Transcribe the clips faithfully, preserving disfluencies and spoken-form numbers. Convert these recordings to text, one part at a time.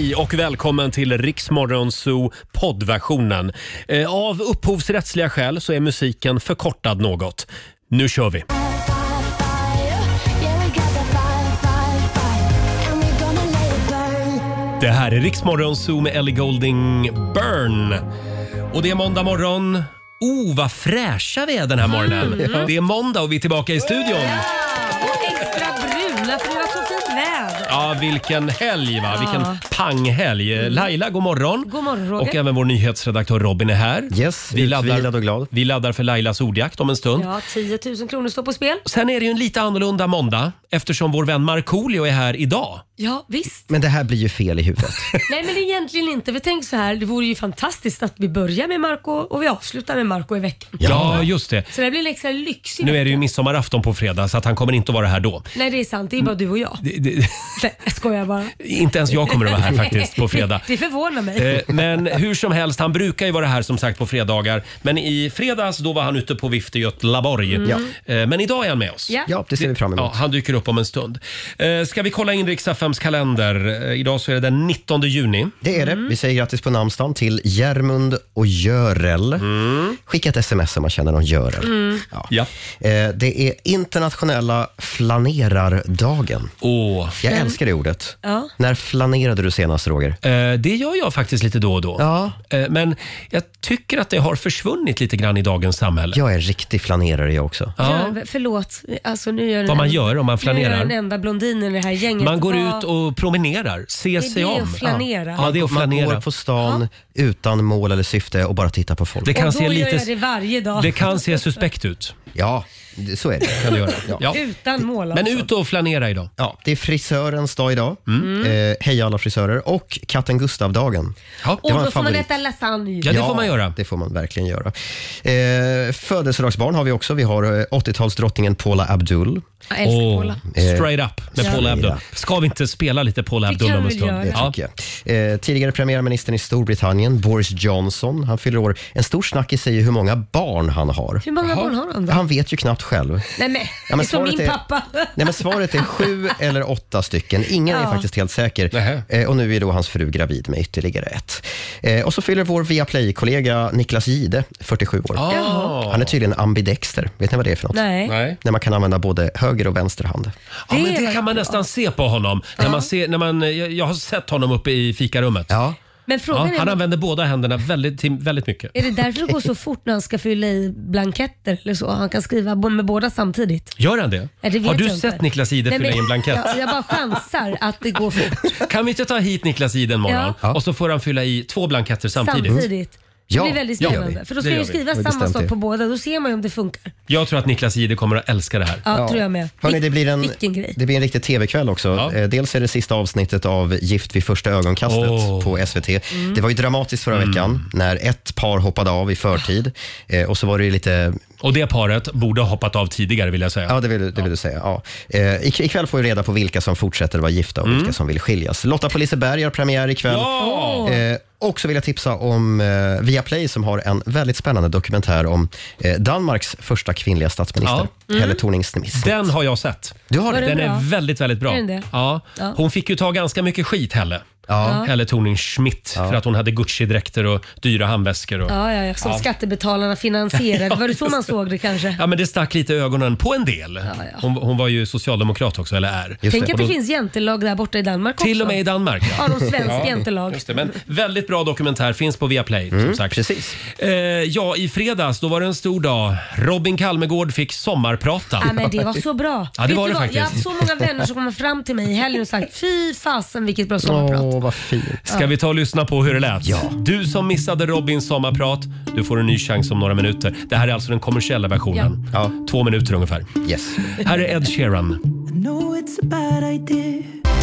Hej och välkommen till Riksmorgon Zoo poddversionen. Eh, av upphovsrättsliga skäl så är musiken förkortad något. Nu kör vi! Det här är Riksmorgon Zoo med Ellie Goulding, Burn. Och det är måndag morgon. Oh, vad fräscha vi är den här morgonen. Mm. Det är måndag och vi är tillbaka i studion. Ja, och extra bruna för det var så fint väder. Ja, vilken helg va? Vilken ja. panghelg. Mm. Laila, god morgon. God morgon, Roger. Och även vår nyhetsredaktör Robin är här. Yes, vi laddar, och glad. Vi laddar för Lailas ordjakt om en stund. Ja, tio tusen kronor står på spel. Sen är det ju en lite annorlunda måndag eftersom vår vän Markoolio är här idag. Ja, visst. Men det här blir ju fel i huvudet. Nej, men det är egentligen inte. Vi tänker så här, det vore ju fantastiskt att vi börjar med Marco och vi avslutar med Marco i veckan. Ja, just det. Så det blir en extra lyx i Nu veckan. är det ju midsommarafton på fredag så att han kommer inte att vara här då. Nej, det är sant. Det är bara du och jag. Det, det, Nej, jag skojar bara. Inte ens jag kommer att vara här faktiskt på fredag. Det förvånar mig. Eh, men hur som helst, han brukar ju vara här som sagt på fredagar. Men i fredags då var han ute på vift i Göteborg. Mm. Eh, men idag är han med oss. Ja. Ja, det ser vi fram emot. Ja, han dyker upp om en stund. Eh, ska vi kolla in Rix F M:s kalender? Eh, idag så är det den nittonde juni. Det är det. Vi säger grattis på namnsdagen till Järmund och Görel. Mm. Skicka ett sms om man känner någon Görel. Mm. Ja. Ja. Eh, det är internationella flanerardagen. Åh. Jag älskar det ordet. Ja. När flanerade du senast, Roger? Eh, det gör jag faktiskt lite då och då. Ja. Eh, men jag tycker att det har försvunnit lite grann i dagens samhälle. Jag är en riktig flanerare jag också. Ja. Ja, förlåt. Alltså, nu gör Vad man gör om man Nu är flanerar. jag den enda blondinen i det här gänget. Man går Vad- ut och promenerar, ser Det är sig det om. att flanera. Ja, det är att Man flanera. går på stan utan mål eller syfte och bara tittar på folk. Det kan Och då se gör lite... jag det varje dag. Det kan se suspekt ut. Ja, det- så är det. Kan du göra. Ja. Ja. Utan mål Men alltså. ut och flanera idag. Ja, det är frisörens dag idag. Mm. Eh, heja alla frisörer. Och katten Gustav-dagen. Ja. Och det var då en får man favorit. äta lasagne. Ja, det får man göra. Det får man verkligen göra. Eh, födelsedagsbarn har vi också. Vi har eh, åttiotalsdrottningen Paula Abdul. Jag älskar Åh, Paula. straight up med Ja. Paula Abdul. Ja. Ska vi inte spela lite Paula Det Abdul kan om en vi stund? göra. Det Ja. tycker jag. Eh, tidigare premiärministern i Storbritannien, Boris Johnson. Han fyller år. En stor snackis är ju hur många barn han har. Hur många barn har han då? Han vet ju knappt själv. Nej, men, Ja, det men är som svaret min är- pappa. Nej, men svaret är sju eller åtta stycken. Ingen är Ja. faktiskt helt säker. Nähä. Eh, och nu är då hans fru gravid med ytterligare ett. Eh, och så fyller vår Viaplay-kollega Niklas Gide fyrtiosju år. Ah. Han är tydligen ambidexter. Vet ni vad det är för något? Nej. Nej. När man kan använda både höger och vänster hand. Ja, men Det det var kan man bra. nästan se på honom. När man ser, när man, jag, jag har sett honom uppe i fikarummet. Ja. Men Ja, frågan han är, använder båda händerna väldigt, till- väldigt mycket. är det därför det går så fort när han ska fylla i blanketter eller så? Han kan skriva bo- med båda samtidigt. Gör han det? Ja, det vet Har du jag inte. sett Niklas Ide Nej, fylla men- i en blankett? Ja, jag bara chansar att det går fort. Kan vi inte ta hit Niklas Ide en morgon? Ja. Och så får han fylla i två blanketter samtidigt. Samtidigt. Det Ja, blir väldigt det gör spännande. vi. För då ska Det jag gör ju vi. skriva Vi samma bestämt sak det. på båda. Då ser man ju om det funkar. Jag tror att Niklas Ide kommer att älska det här. Ja, tror jag med. Hörrni, det blir en, Vilken grej. det blir en riktig tv-kväll också. Ja. Eh, Dels är det sista avsnittet av Gift vid första ögonkastet Åh. på S V T. Mm. Det var ju dramatiskt förra veckan när ett par hoppade av i förtid. Eh, och så var det ju lite... Och det paret borde ha hoppat av tidigare vill jag säga. Ja, det vill, det vill du säga. Ja. Eh, ik- ikväll får vi reda på vilka som fortsätter vara gifta och vilka som vill skiljas. Lotta på Liseberg har premiär ikväll. Ja! Eh, och så vill jag tipsa om eh, Viaplay som har en väldigt spännande dokumentär om eh, Danmarks första kvinnliga statsminister, Helle Thorning-Schmidt. Den har jag sett. Du har Var det? det Den bra? är väldigt, väldigt bra. Är den det? Ja. Ja. Hon fick ju ta ganska mycket skit, Helle. Ja. Helle Thorning-Schmidt, för att hon hade Gucci-dräkter och dyra handväskor. Och... Ja, ja, ja, som skattebetalarna finansierade. Var det så man såg det kanske? Ja, men det stack lite i ögonen på en del. ja. Hon, hon var ju socialdemokrat också, eller är. Just Tänk det. att det Och då- finns jäntelag där borta i Danmark också. Till och med i Danmark. Har de svensk jäntelag? Just det, men väldigt bra dokumentär, finns på Viaplay som sagt. Precis. Eh, ja, i fredags då var det en stor dag. Robin Kalmegård fick sommarprata. Ja, men det var så bra. Ja, det Vet var du det vad? faktiskt. Jag har haft så många vänner som kommer fram till mig i helgen och sagt fy fasen vilket bra sommarprat. Åh, vad fint. Ska vi ta och lyssna på hur det lät? Ja. Du som missade Robins sommarprat, du får en ny chans om några minuter. Det här är alltså den kommersiella versionen. Ja. Två minuter ungefär. Yes. Här är Ed Sheeran. know it's a bad idea.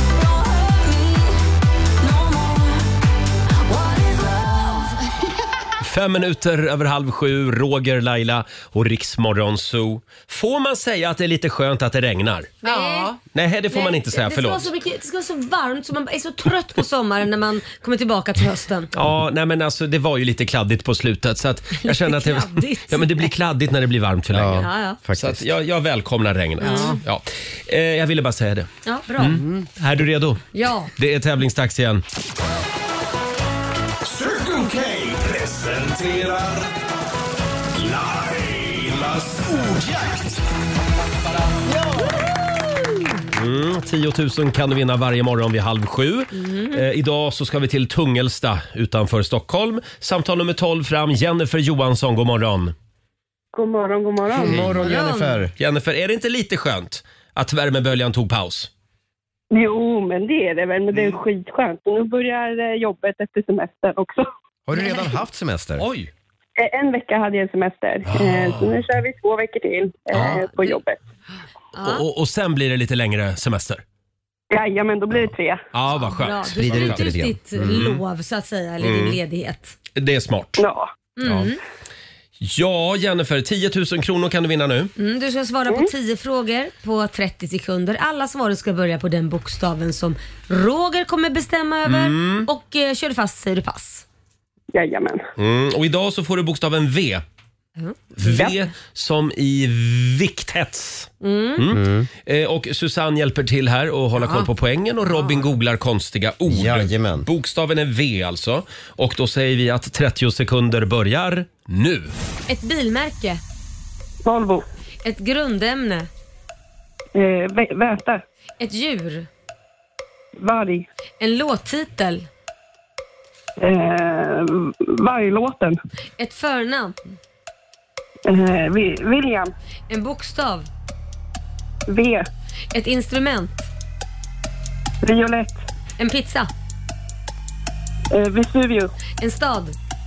Fem minuter över halv sju, Roger, Laila och Riksmorgon Zoo. Får man säga att det är lite skönt att det regnar? Ja. Nej, det får man inte säga, det ska, vara förlåt. så mycket, det ska vara så varmt så man är så trött på sommaren när man kommer tillbaka till hösten. Ja, nej men alltså det var ju lite kladdigt på slutet så att jag känner att det, kladdigt. ja, men det blir kladdigt när det blir varmt för länge. Ja, ja. Så Faktiskt. att jag, jag välkomnar regnet. Ja. Eh, jag ville bara säga det. Ja, bra. Är du redo? Ja. Det är tävlingsdags igen. presenterar Lailas ordjakt. Mm, tio tusen kan du vinna varje morgon vid halv sju. Mm. Eh, idag så ska vi till Tungelsta utanför Stockholm. Samtal nummer tolv fram. Jennifer Johansson, god morgon. God morgon, god morgon. God morgon Jennifer. Jennifer, är det inte lite skönt att värmeböljan tog paus? Jo, men det är det väl. Men det är skitskönt. Nu börjar jobbet efter semestern också. Har du redan haft semester? Oj! En vecka hade jag semester. Ah. Så nu kör vi två veckor till ah. på jobbet. Ah. Och, och sen blir det lite längre semester? Ja, men då blir det tre. Ja, vad skönt. Bra. Sprider du ut det lite grann. ditt lov så att säga, eller din ledighet. Det är smart. Ja. Mm. Ja. Ja, Jennifer, tio tusen kronor kan du vinna nu. Mm, du ska svara på tio frågor på trettio sekunder. Alla svar ska börja på den bokstaven som Roger kommer bestämma över. Och eh, kör du fast säger du pass. Jajamän. Mm, och idag så får du bokstaven V. Mm. V som i vikthets. Mm. Mm. Eh, och Susanne hjälper till här och håller koll på poängen och Robin googlar konstiga ord. Jajamän. Bokstaven är V alltså. Och då säger vi att trettio sekunder börjar nu. Ett bilmärke. Volvo. Ett grundämne. Eh, vä- väta. Ett djur. Varg. En låttitel. Eh, varglåten. Ett förnamn. Eh, Vi- William. En bokstav. V. Ett instrument. Violett. En pizza. Eh, Vesuvio. En stad.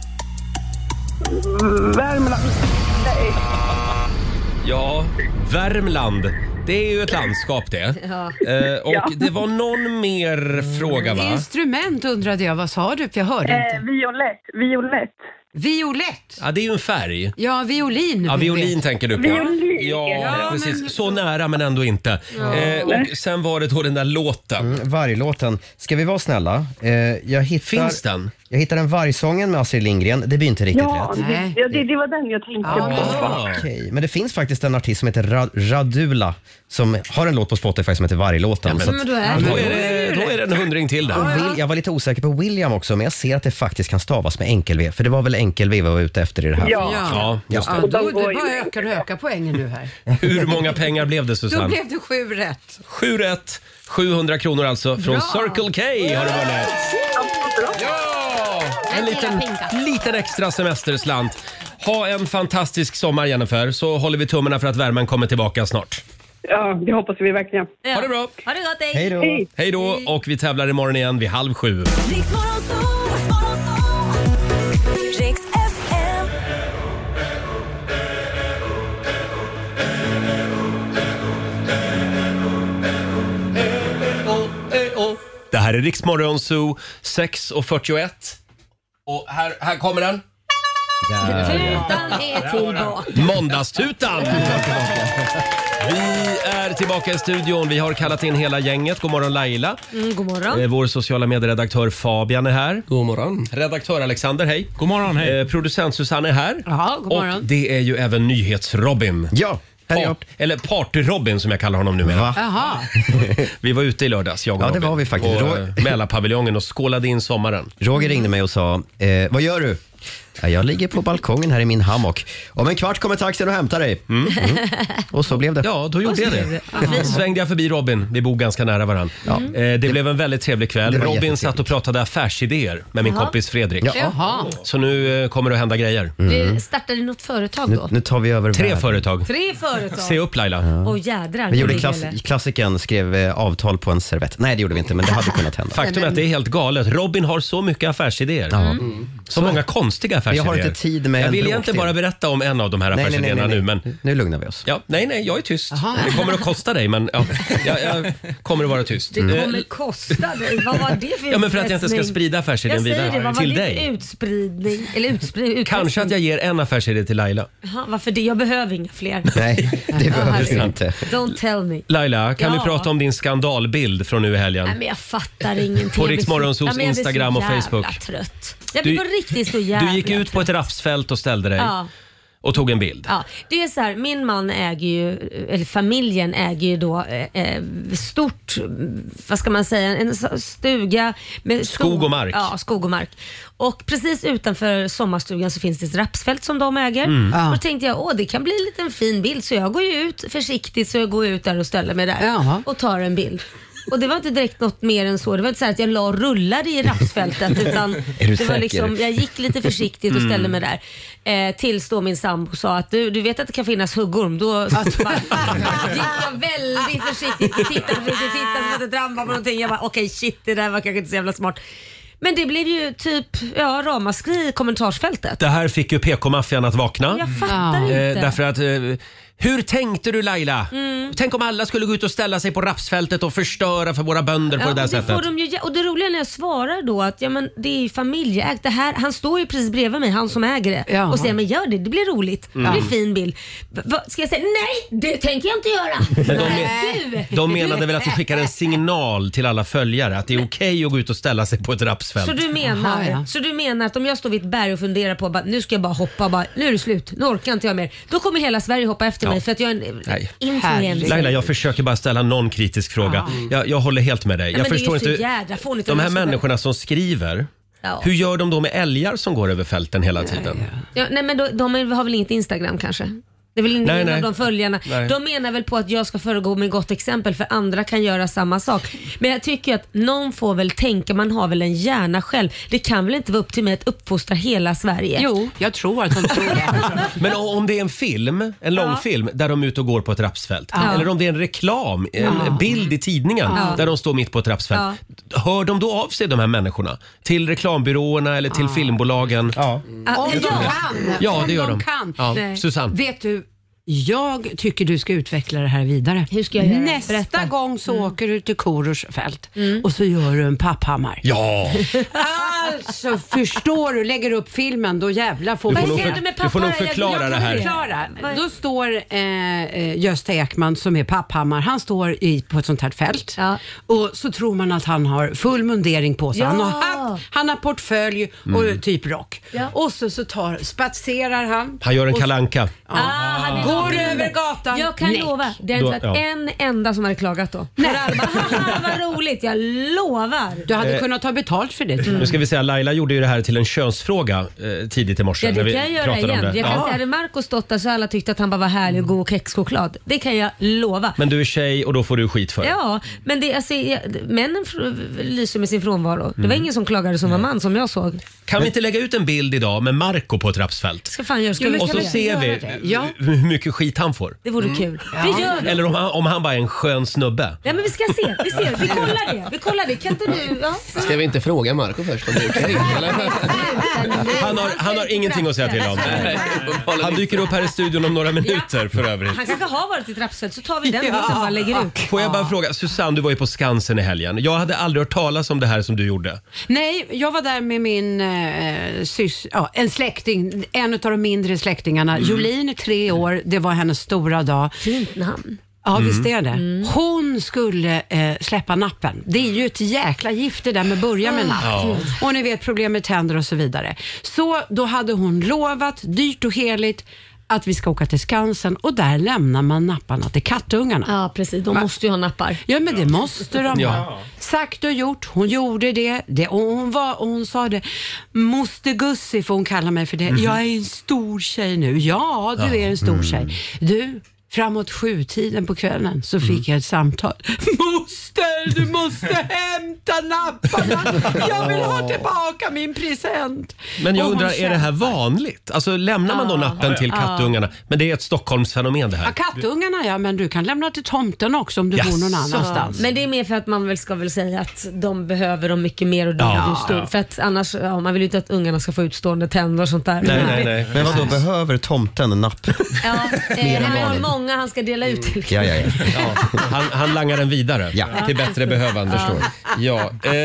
Värmland. Nej. Ja, Värmland. Det är ju ett landskap det. Ja. Eh, och Ja. det var någon mer fråga va? Instrument undrade jag, vad sa du? För jag hörde Eh, inte. violett. Violett. Violett. Ja, det är ju en färg. Ja, violin. Ja, violin tänker du på. Violin. Ja, Ja, precis. men- Så nära men ändå inte. Eh, och sen var det då den där låten. Mm, varglåten. Ska vi vara snälla? Eh, jag hittar, Finns den? Jag hittar en Vargsången med Astrid Lindgren. Det blir inte riktigt Ja, rätt. det, ja det, det var den jag tänkte på. Ah. Okej, men det finns faktiskt en artist som heter Ra- Radula som har en låt på Spotify som heter Varglåten. Så att, Men då är Då det. är det, då är det en hundring till och där. Will, jag var lite osäker på William också, men jag ser att det faktiskt kan stavas med enkel-V. För det var väl enkel-V vi var ute efter i det här. Ja. Ja, just Ja, det. då, de du går ju bara med. ökar och ökar poängen nu här. Hur många pengar blev det Då Susanne? blev det sju rätt. Sju rätt. sjuhundra kronor alltså från Bra. Circle K har du vunnit. Ja! En liten, liten extra semesterslant. Ha en fantastisk sommar Jennifer, så håller vi tummarna för att värmen kommer tillbaka snart. Ja, det hoppas vi verkligen. Ja. Ha det bra! Ha det gott, hej. Hej då! Hej. Hej då, och vi tävlar imorgon igen vid halv sju. Riks F M. Det här är Riksmorgon Zoo sex och fyrtioett. Och här, här kommer den. Tutan är tillbaka. Måndagstutan! Vi är tillbaka i studion. Vi har kallat in hela gänget. God morgon Laila. Mm, god morgon. Eh, Vår sociala medieredaktör Fabian är här. God morgon. Redaktör Alexander, hej. God morgon, hej. Eh, Producent Susanne är här. Jaha, god morgon. Och det är ju även Nyhets-Robin. Ja, här är jag. Part, eller Party-Robin som jag kallar honom numera. Va? Jaha. Vi var ute i lördags, jag och Ja, det Robin, var vi faktiskt. På Rå- eh, Mälarpaviljongen och skålade in sommaren. Roger ringde mig och sa, eh, vad gör du? Ja, jag ligger på balkongen här i min hammock. Om en kvart kommer taxin och hämtar dig. Mm. Mm. Och så blev det. Ja, då gjorde jag det. Svängde jag förbi Robin. Vi bor ganska nära varandra. Ja. Eh, det, blev en väldigt trevlig kväll. Det var Robin jättetrevligt. satt och pratade affärsidéer med min Jaha. kompis Fredrik. Ja. Jaha. Så nu eh, kommer det att hända grejer. Det startade något företag Nu, då? nu tar vi över Tre världen. företag. Tre företag. Se upp Laila. Åh jädrar. Vi gjorde det klass, gäller. klassiken, skrev eh, avtal på en servett. Nej, det gjorde vi inte, men det hade kunnat hända. Faktum är att det är helt galet. Robin har så mycket affärsidéer. Så många konstiga affärsidéer. Jag har inte tid med Jag en vill bråkdel. egentligen bara berätta om en av de här Nej, nej, nej, affärsidéerna nej, nu. nej. Men, Nu lugnar vi oss. ja, nej, nej, jag är tyst. Det kommer att kosta dig, men ja, jag, jag kommer att vara tyst. Det Eh, kommer kosta dig. Vad var det för Ja, men för att jag inte ska utpressning? sprida affärsidén Jag säger vidare det, vad var till det dig. för utspridning? Eller utspridning? Kanske att jag ger en affärsidé till Laila. Jaha, varför det? Jag behöver inga fler. Nej, det behöver vi inte. Don't tell me. Laila, kan Ja. vi prata om din skandalbild från nu i helgen? Nej, men jag fattar ingenting. På Jag blir Rix så- Morgonzoos Ja, men jag blir så Instagram och jävla Facebook. Trött. Jag Du- blir på riktigt så jävla Du gick ut på ett trött. rapsfält och ställde dig. Ja. och tog en bild. Ja, det är så här, min man äger ju, eller familjen äger ju då eh, stort, vad ska man säga, en stuga med skog och mark. Ja, skog och mark. Och precis utanför sommarstugan så finns det ett rapsfält som de äger. Mm. Och då tänkte jag, åh det kan bli en liten fin bild, så jag går ju ut försiktigt, så jag går ut där och ställer mig där Jaha. och tar en bild. Och det var inte direkt något mer än så. Det var inte så här att jag la och rullade i rapsfältet utan Är du det säker? var liksom, jag gick lite försiktigt och ställde mig där. Eh, tills då min sambo sa att du, du vet att det kan finnas huggorm. Då bara, gick jag väldigt försiktigt och tittade försiktigt, tittade så att det trampade på någonting. Jag bara okej okay, shit, det där var kanske inte så jävla smart. Men det blev ju typ ja, ramaskri i kommentarsfältet. Det här fick ju P K-maffian att vakna. Jag fattar inte. Eh, därför att eh, hur tänkte du Laila? Mm. Tänk om alla skulle gå ut och ställa sig på rapsfältet och förstöra för våra bönder på ja, det där det sättet. Får de ju, och det roliga när jag svarar då att ja, men det är ju familjeägt. Det här, han står ju precis bredvid mig, han som äger det. Jaha. Och säger men gör det, det blir roligt. Mm. Det blir fin bild. Va, va, ska jag säga nej, det tänker jag inte göra. Men de, Nej, du. de menade väl att du skickar en signal till alla följare att det är okej att gå ut och ställa sig på ett rapsfält. Så du menar, Aha, ja. så du menar att om jag står vid ett berg och funderar på bara, nu ska jag bara hoppa, bara, nu är det slut, nu orkar inte jag mer. Då kommer hela Sverige hoppa efter Ja. mig för att jag är en Nej. influencer. Laila, jag försöker bara ställa någon kritisk fråga. Jag, jag håller helt med dig. Ja, Jag men det är förstår ju så inte. jädra fånigt De att här de ska- människorna som skriver, Ja. hur gör de då med älgar som går över fälten hela tiden? Ja, nej men då, de är- har väl inget Instagram kanske? Det är väl ingen Nej, nej. av de följarna. Nej. De menar väl på att jag ska föregå med gott exempel för andra kan göra samma sak. Men jag tycker att någon får väl tänka, man har väl en hjärna själv. Det kan väl inte vara upp till mig att uppfostra hela Sverige? Jo, jag tror att de tror det. Men om det är en film, en långfilm där de är ute och går på ett rapsfält. Eller om det är en reklam, en bild i tidningen där de står mitt på ett rapsfält. Hör de då av sig de här människorna? Till reklambyråerna eller till filmbolagen? Ja. Ah, Om ja. de kan. Ja, Om det gör de. kan. Ja. Nej. Susanne? Vet du, jag tycker du ska utveckla det här vidare. Hur ska jag göra? Nästa Berätta. gång så åker du till Korosh fält och så gör du en Papphammar. Ja! Alltså, förstår du? Lägger upp filmen, då jävlar får Du får vi nog, ser för, du med du får nog pappa? förklara Jag- jag det kan här. Förklara. Vad- Då står eh, eh, Gösta Ekman som är Papphammar, han står i, på ett sånt här fält Ja. och så tror man att han har full mundering på sig. Ja. Han har hatt, han har portfölj och typ rock. Ja. Och så, så tar, spatserar han. Han gör en och- kalanka. Ah, han är Går naken. över gatan. Jag kan Nej. lova, det är Då- inte varit ja. en enda som hade klagat då. Nej. Vad roligt, jag lovar. Du hade Eh. kunnat ta betalt för det. Nu ska vi säga, Laila gjorde ju det här till en könsfråga eh, tidigt i morse. Ja, när det vi kan jag göra pratade om igen. det. Jag kan Ja. säga, hade Marco stått där så alla tyckte att han bara var härlig och god och kexchoklad. Det kan jag lova. Men du är tjej och då får du skit för det. Ja, men det, alltså, jag, männen fr- lyser med sin frånvaro. Det Mm. var ingen som klagade som var man som jag såg. Kan vi inte lägga ut en bild idag med Marco på ett rapsfält? Ska fan göra, ska Jo, vi men Och så Kan vi ser vi göra det? Ja. hur mycket skit han får. Det vore kul. Vi gör det. Eller om han, om han bara är en skön snubbe. Ja, men vi ska se. Vi ser. Vi kollar det. Vi kollar det. Kan inte du? Ja. Ska vi inte fråga Marco först om det är okej? Eller? Han har, han har ingenting att säga till om. Han dyker upp här i studion om några minuter för övrigt. Han kanske har varit i trappstället, så tar vi den bilden och bara lägger ut. Får jag bara fråga, Susanne, du var ju på Skansen i helgen. Jag hade aldrig hört talas om det här som du gjorde. Nej, jag var där med min eh, sys, ja, en släkting, en av de mindre släktingarna. Jolin är tre år, det var hennes stora dag. Fint namn. Ja, visst är det. Hon skulle eh, släppa nappen. Det är ju ett jäkla gift det där med börja med napp. Ja. Och ni vet problem med tänder och så vidare. Så då hade hon lovat, dyrt och heligt, att vi ska åka till Skansen och där lämnar man napparna till kattungarna. Ja, precis. De måste ju ha nappar. Ja, men det måste de Ja. ha. Sagt och gjort. Hon gjorde det. det och, hon var, och hon sa det. Moster Gussi får hon kalla mig för det. Jag är en stor tjej nu. Ja, du är en stor tjej. Du, framåt sjutiden på kvällen så fick jag ett samtal. Moster, du måste hämta napparna. Jag vill ha tillbaka min present. Men jag Och hon undrar, är det här vanligt? Alltså lämnar man då nappen till kattungarna? Men det är ett Stockholmsfenomen det här. Ja, kattungarna ja, men du kan lämna till tomten också om du Jaså. bor någon Ja, annanstans. men det är mer för att man väl ska väl säga att de behöver dem mycket mer och de Ja. är stor. För att annars, ja, man vill ju inte att ungarna ska få utstående tänder och sånt där. Nej, nej, nej. Men vad då behöver tomten en napp? Ja, eh, Mer än men har barnen. många han ska dela ut till. Ja, ja, ja. Ja, han, han langar den vidare Ja. till bättre behövande. Ja, eh,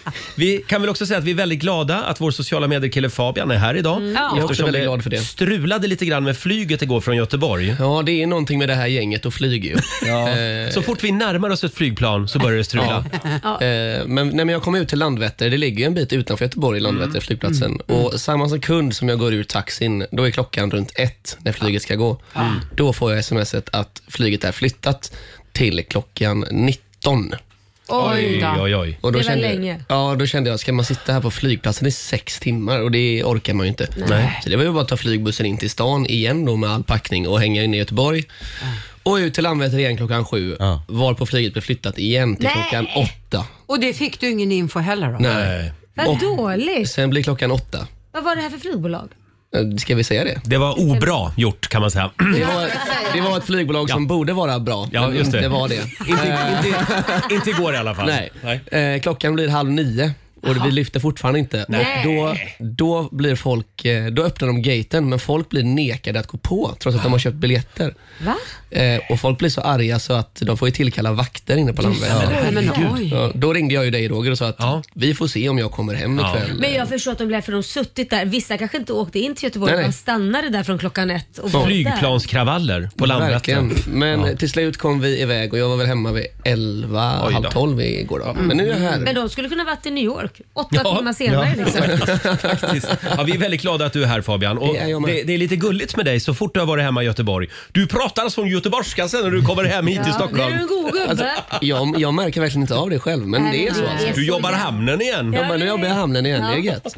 Vi kan väl också säga att vi är väldigt glada att vår sociala medier-kille Fabian är här idag. Mm. Ja. Jag är också väldigt glad för det. Strulade lite grann med flyget igår från Göteborg. Ja, det är någonting med det här gänget och flyg ju. Ja. Eh, Så fort vi närmar oss ett flygplan så börjar det strula. Ja. Eh, men när jag kom ut till Landvetter, det ligger ju en bit utanför Göteborg, Landvetter mm. flygplatsen. Mm. Och samma sekund som jag går ur taxin, då är klockan runt ett när flyget ska gå. Mm. Då får jag smset att flyget är flyttat till klockan nitton. Oj, oj, oj. Och då det var kände, länge. Ja, då kände jag, ska man sitta här på flygplatsen i sex timmar? Och det orkar man ju inte. Nej. Så det var ju bara att ta flygbussen in till stan igen då med all packning och hänga in i Göteborg. Och ut till Landvetter igen klockan sju. Ja. Var på flyget blev flyttat igen till Nej. klockan åtta. Och det fick du ingen info heller då? Nej. Vad dåligt. Sen blir klockan åtta. Vad var det här för flygbolag? Ska vi säga det? Det var obra gjort kan man säga. Det var, det var ett flygbolag som ja. borde vara bra. Ja, just det. Det var det. inte, inte, inte igår i alla fall. Nej. Nej. Eh, klockan blir halv nio. Och vi lyfter fortfarande inte. Nej. Och då, då blir folk, då öppnar de gaten, men folk blir nekade att gå på trots att de har köpt biljetter. Va? Eh, och folk blir så arga så att de får ju tillkalla vakter inne på Landvetter. Ja. Ja, då ringde jag ju dig, Roger, och sa att ja. vi får se om jag kommer hem ja. ikväll. Men jag förstår att de blev, för de suttit där. Vissa kanske inte åkte in till Göteborg, nej, nej. de stannade där från klockan ett. Och flygplanskravaller på Landvetter. Men ja. till slut kom vi iväg och jag var väl hemma vid elva, halv tolv igår. Då. Men nu är jag här. Men de skulle kunna varit i New York åtta Ja. timmar senare. Ja. Liksom. Faktiskt. Ja, vi är väldigt glada att du är här, Fabian. Och det, är det, det är lite gulligt med dig så fort du har varit hemma i Göteborg. Du pratar som göteborgska sen när du kommer hem hit ja, till Stockholm. Det är en god gubbe. Alltså, jag, jag märker verkligen inte av det själv, men Nej, det är så. det är Alltså. Du jobbar hamnen igen. Ja, men nu jobbar jag hamnen igen, Ja. det är gött.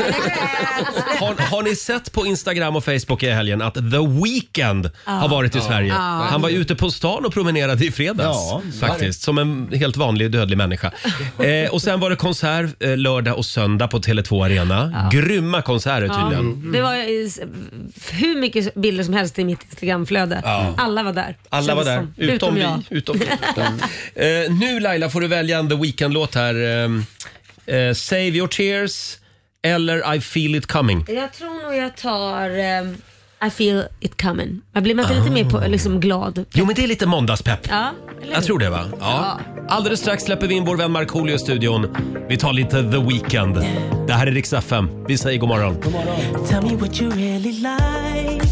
Har, har ni sett på Instagram och Facebook i helgen att The Weeknd har varit i Sverige? Han var ute på stan och promenerade i fredags. Ja. Faktiskt, som en helt vanlig dödlig människa. Eh, och sen var det konsert eh, lördag och söndag på Tele två Arena. Grymma konserter tydligen. Ja, det var eh, hur mycket bilder som helst i mitt Instagramflöde. Ja. Alla var där. Alla var där, Som. utom, Utom vi. jag. Utom vi. eh, nu Laila får du välja en The Weeknd-låt här. Eh, eh, Save Your Tears eller I Feel It Coming. Jag tror nog jag tar um, I Feel It Coming. Jag blir man inte lite mer på, liksom, glad. Jo, men det är lite måndagspepp. Ja, eller Jag hur? tror det, va? Ja. Alldeles strax släpper vi in vår vän Markoolio i studion. Vi tar lite The Weeknd. Det här är Rix F M. Vi säger god morgon. God morgon. Tell me what you really like.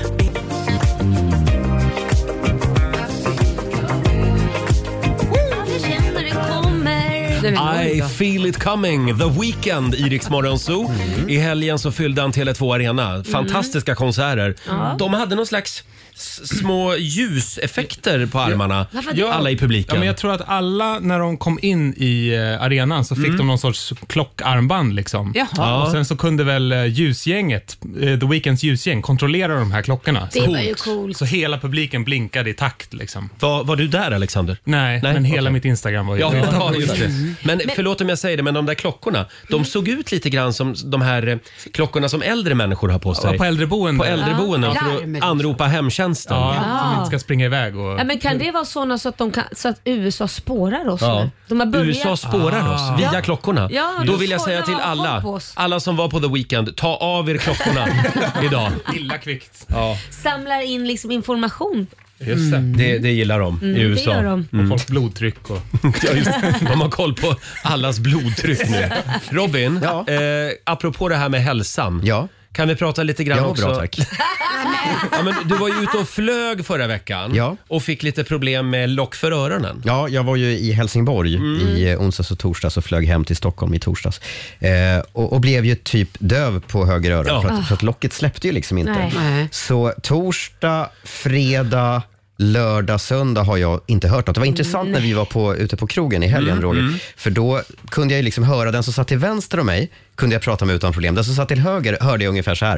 I feel it coming, The Weeknd i Rix Morgon Zoo. Mm. I helgen så fyllde han Tele två Arena. Fantastiska mm. konserter. Mm. De hade någon slags s- små ljuseffekter på armarna. Ja. Alla i publiken. Ja, men jag tror att alla, när de kom in i uh, arenan så fick Mm. de någon sorts klockarmband liksom. Jaha. Och sen så kunde väl uh, ljusgänget, uh, The Weeknds ljusgäng, kontrollera de här klockorna. Det så, var ju coolt. Så hela publiken blinkade i takt liksom. Var, var du där, Alexander? Nej, Nej? men hela Okej. mitt Instagram var ju... Ja, ja, just det. Men, Men- förlåt om jag säger det, men de där klockorna, de såg ut lite grann som de här eh, klockorna som äldre människor har på sig. Ja, på äldreboenden. På äldreboenden Ja. för Larm. att anropa hemtjänsten. Ja, Ja. som inte ska springa iväg och... Ja, men kan det vara såna så att, de kan, så att U S A spårar oss Ja. nu? De har börjat... U S A spårar Ah. oss via Ja. klockorna. Ja, Då då vill jag får säga de till ha alla, koll på oss. alla som var på The Weeknd, ta av er klockorna idag. Illa kvickt. Ja, Samlar in liksom information. Just det. det, det gillar de i U S A. det gör de. Och folks blodtryck och... Ja, just det. De har koll på allas blodtryck nu. Robin, Ja. eh, apropå det här med hälsan. Ja. Kan vi prata lite grann Jag var också? bra, tack. Ja, men du var ju ute och flög förra veckan Ja. och fick lite problem med lock för öronen. Ja, jag var ju i Helsingborg i eh, onsdags och torsdags och flög hem till Stockholm i torsdags. Eh, och, och blev ju typ döv på höger öra Ja. för, att, för att locket släppte ju liksom inte. Nej. Nej. Så torsdag, fredag, lördag, söndag har jag inte hört något. Det var intressant när vi var på, ute på krogen i helgen, Roger. För då kunde jag ju liksom höra den som satt till vänster om mig kunde jag prata med utan problem. Den som satt till höger hörde jag ungefär så här.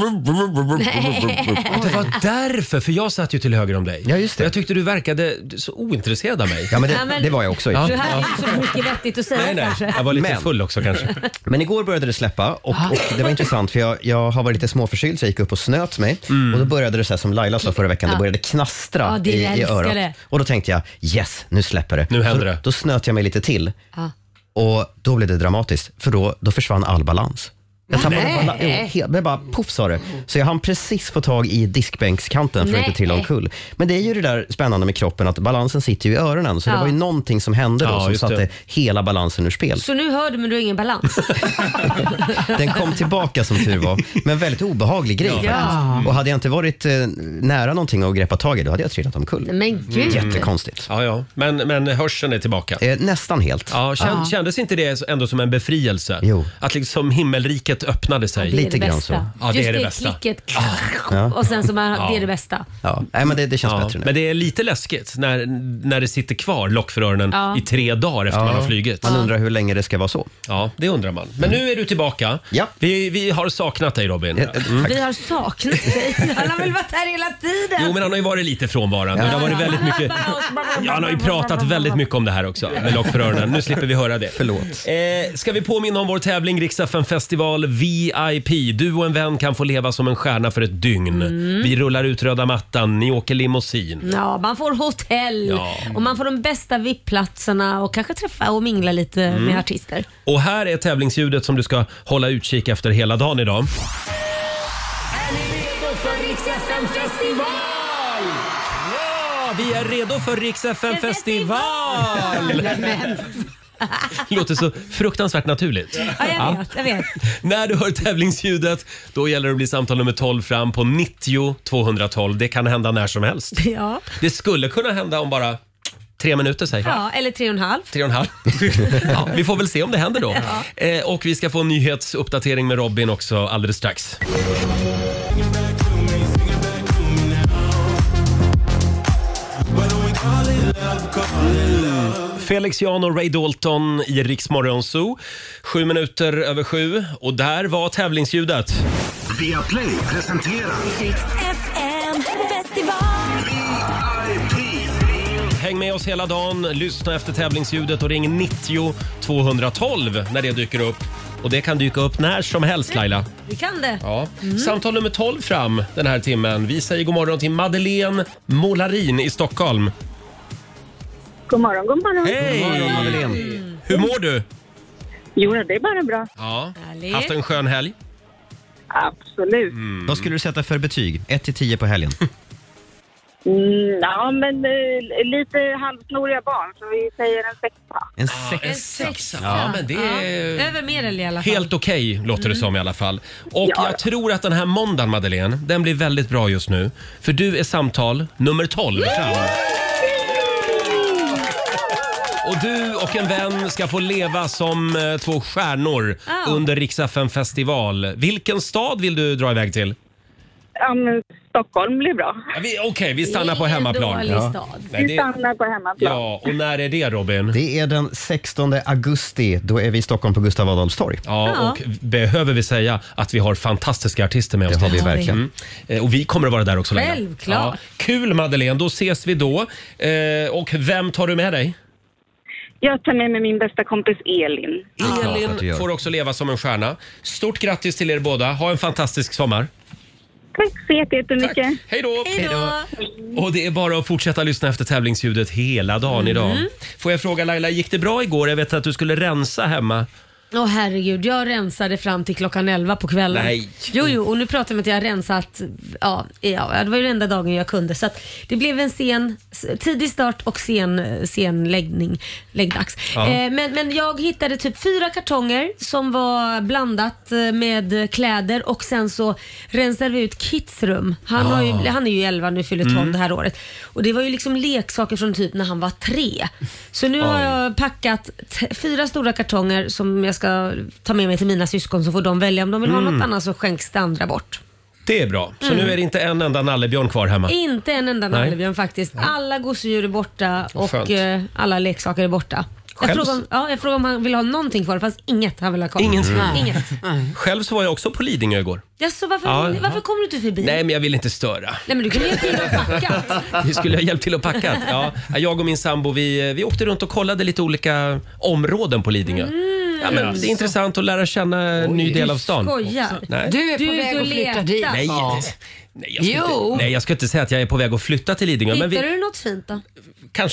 Det var därför, för jag satt ju till höger om dig. Ja, just det. Jag tyckte du verkade så ointresserad av mig. Ja, men det, Ja, men- det var jag också. Ja. Du hade inte så mycket vettigt att säga Nej, nej. kanske. Jag var lite Men- full också kanske. Men igår började det släppa och, och det var intressant för jag, jag har varit lite småförkyld så jag gick upp och snöt mig och då började det så här som Laila sa förra veckan, det började knastra Ja, det i, i älskar örat. det. Och då tänkte jag, yes, nu släpper det. Nu händer så, det. Då snöt jag mig lite till Ja. och då blev det dramatiskt för då, då försvann all balans. Jag tappade Nej. bala- jo, helt, det bara puff sa det. Så jag hann precis få tag i diskbänkskanten för att Nej. inte trilla omkull. Men det är ju det där spännande med kroppen att balansen sitter ju i öronen. Så Ja. det var ju någonting som hände då Ja, som just satte det. hela balansen ur spel. Så nu hör du men du har ingen balans. Den kom tillbaka som tur var. Men väldigt obehaglig grej Ja. faktiskt. Och hade jag inte varit eh, nära någonting och greppa tag i, då hade jag trillat omkull. Men gud. Jättekonstigt. Ja, ja. Men, men hörseln är tillbaka. Eh, nästan helt. Ja, känd, Kändes inte det ändå som en befrielse? Jo. Att liksom himmelriket öppnade sig? Det är Lite det grann bästa. så. Ja, det Just är det det bästa. klicket. Ja. Och sen så man, det är det bästa. Ja. Nej, men det, det känns Ja, bättre nu. men det är lite läskigt när, när det sitter kvar lockföröronen Ja. i tre dagar efter man har flugit. Man undrar hur länge det ska vara så. Ja, det undrar man. Men nu är du tillbaka. Ja. Vi, vi har saknat dig, Robin. Eh, eh, tack. Vi har saknat dig. Han har väl varit här hela tiden? Jo, men han har ju varit lite frånvarande. Det har varit väldigt mycket... Ja, han har ju pratat väldigt mycket om det här också med lockföröronen. Nu slipper vi höra det. Förlåt. Eh, ska vi påminna om vår tävling Rix F M Festival V I P. Du och en vän kan få leva som en stjärna för ett dygn. Vi rullar ut röda mattan, ni åker limousin. Ja, man får hotell Ja. och man får de bästa V I P-platserna och kanske träffa och mingla lite Mm. med artister. Och här är tävlingsljudet som du ska hålla utkik efter hela dagen idag. Är ni redo för Rix F M Festival? Ja, vi är redo för Rix F M Festival! Låter så fruktansvärt naturligt. Ja, jag vet, jag vet. När du hör tävlingsljudet, då gäller det att bli samtal nummer tolv fram på nittio tvåhundratolv. Det kan hända när som helst. Ja. Det skulle kunna hända om bara tre minuter, säg. Ja, eller tre och en halv. Tre och en halv. Ja, vi får väl se om det händer då. Ja. Eh, och vi ska få en nyhetsuppdatering med Robin också alldeles strax. Felix Jan och Ray Dalton i Rix Morgon Zoo. Sju minuter över sju. Och där var tävlingsljudet. Viaplay presenterar Rix F M Festival. V I P. Häng med oss hela dagen, lyssna efter tävlingsljudet och ring nittio tvåhundratolv när det dyker upp. Och det kan dyka upp när som helst, Laila. Vi kan det. Ja. Samtal nummer tolv fram den här timmen. Vi säger god morgon till Madeleine Molarin i Stockholm. God morgon, god morgon. Hej! Madeleine. Hur mår du? Jo, det är bara bra. Ja. Härligt. Haft en skön helg? Absolut. Vad skulle du sätta för betyg? ett till tio på helgen. Mm, ja, men eh, lite halvsnoriga barn, så vi säger en sexa. En En sex. sexa. Ja, men det är Över medel i alla fall. helt okej låter det som i alla fall. Och Ja. jag tror att den här måndagen, Madeleine, den blir väldigt bra just nu. För du är samtal nummer tolv fram. Och du och en vän ska få leva som eh, två stjärnor Ah. under Rix F M Festival. Vilken stad vill du dra iväg till? Ja, men Stockholm blir bra. Ja, vi- Okej, vi stannar på Ingen hemmaplan. dålig Ja. stad. Nej, Vi det, stannar på hemmaplan. ja, och när är det, Robin? Det är den sextonde augusti. Då är vi i Stockholm på Gustav Adolfs torg. Ja, Ja. och behöver vi säga att vi har fantastiska artister med oss. Det har vi dit. verkligen. Mm. Eh, Och vi kommer att vara där också, Laila. Självklart. Kul, Madeleine, då ses vi då. Eh, och vem tar du med dig? Jag tar med mig min bästa kompis Elin. klart att du Elin gör. får också leva som en stjärna. Stort grattis till er båda. Ha en fantastisk sommar. Tack så jättemycket. Hej då! Hej då. Och det är bara att fortsätta lyssna efter tävlingsljudet hela dagen idag. Får jag fråga Laila, gick det bra igår? Jag vet att du skulle rensa hemma. Åh herregud, jag rensade fram till klockan elva på kvällen. Nej. Jo, jo, och nu pratar vi om att jag har rensat, ja, ja, det var ju den enda dagen jag kunde. Så att det blev en sen, tidig start och sen, sen läggning, läggdags. Ja. Eh, men, men jag hittade typ fyra kartonger som var blandat eh, med kläder och sen så rensade vi ut Kits rum. Han, har ju, han är ju elva nu, fyller tolv det här året. Och det var ju liksom leksaker från typ när han var tre. Så nu har Oj. jag packat t- fyra stora kartonger som jag ska ta med mig till mina syskon, så får de välja om de vill ha något annat, så skänks det andra bort. Det är bra. Så nu är det inte en enda nallebjörn kvar hemma. Inte en enda Nej. nallebjörn faktiskt. Alla gosedjur är borta och Skönt. eh, alla leksaker är borta. Jag Själv- frågade, om, ja, jag frågade om han ville ha någonting kvar. Det fanns inget han ville ha kvar. Ingenting. Inget. Själv så var jag också på Lidingö igår. Jaså, varför, Ja. varför kom du inte förbi? Nej, men jag vill inte störa. Nej, men du kunde hjälpa till att packa. Vi skulle ha hjälpt till att packa. Ja, jag och min sambo, vi, vi åkte runt och kollade lite olika områden på Lidingö. Ja, men det är intressant att lära känna en ny del av stan. Skojar. Nej. Du är Du på är ute väg och att flytta letar. dit. Nej, Ja. nej, jag ska Jo. inte, nej, jag ska inte säga att jag är på väg att flytta till Lidingö. Men Hittar vi, du något fint då? kanske.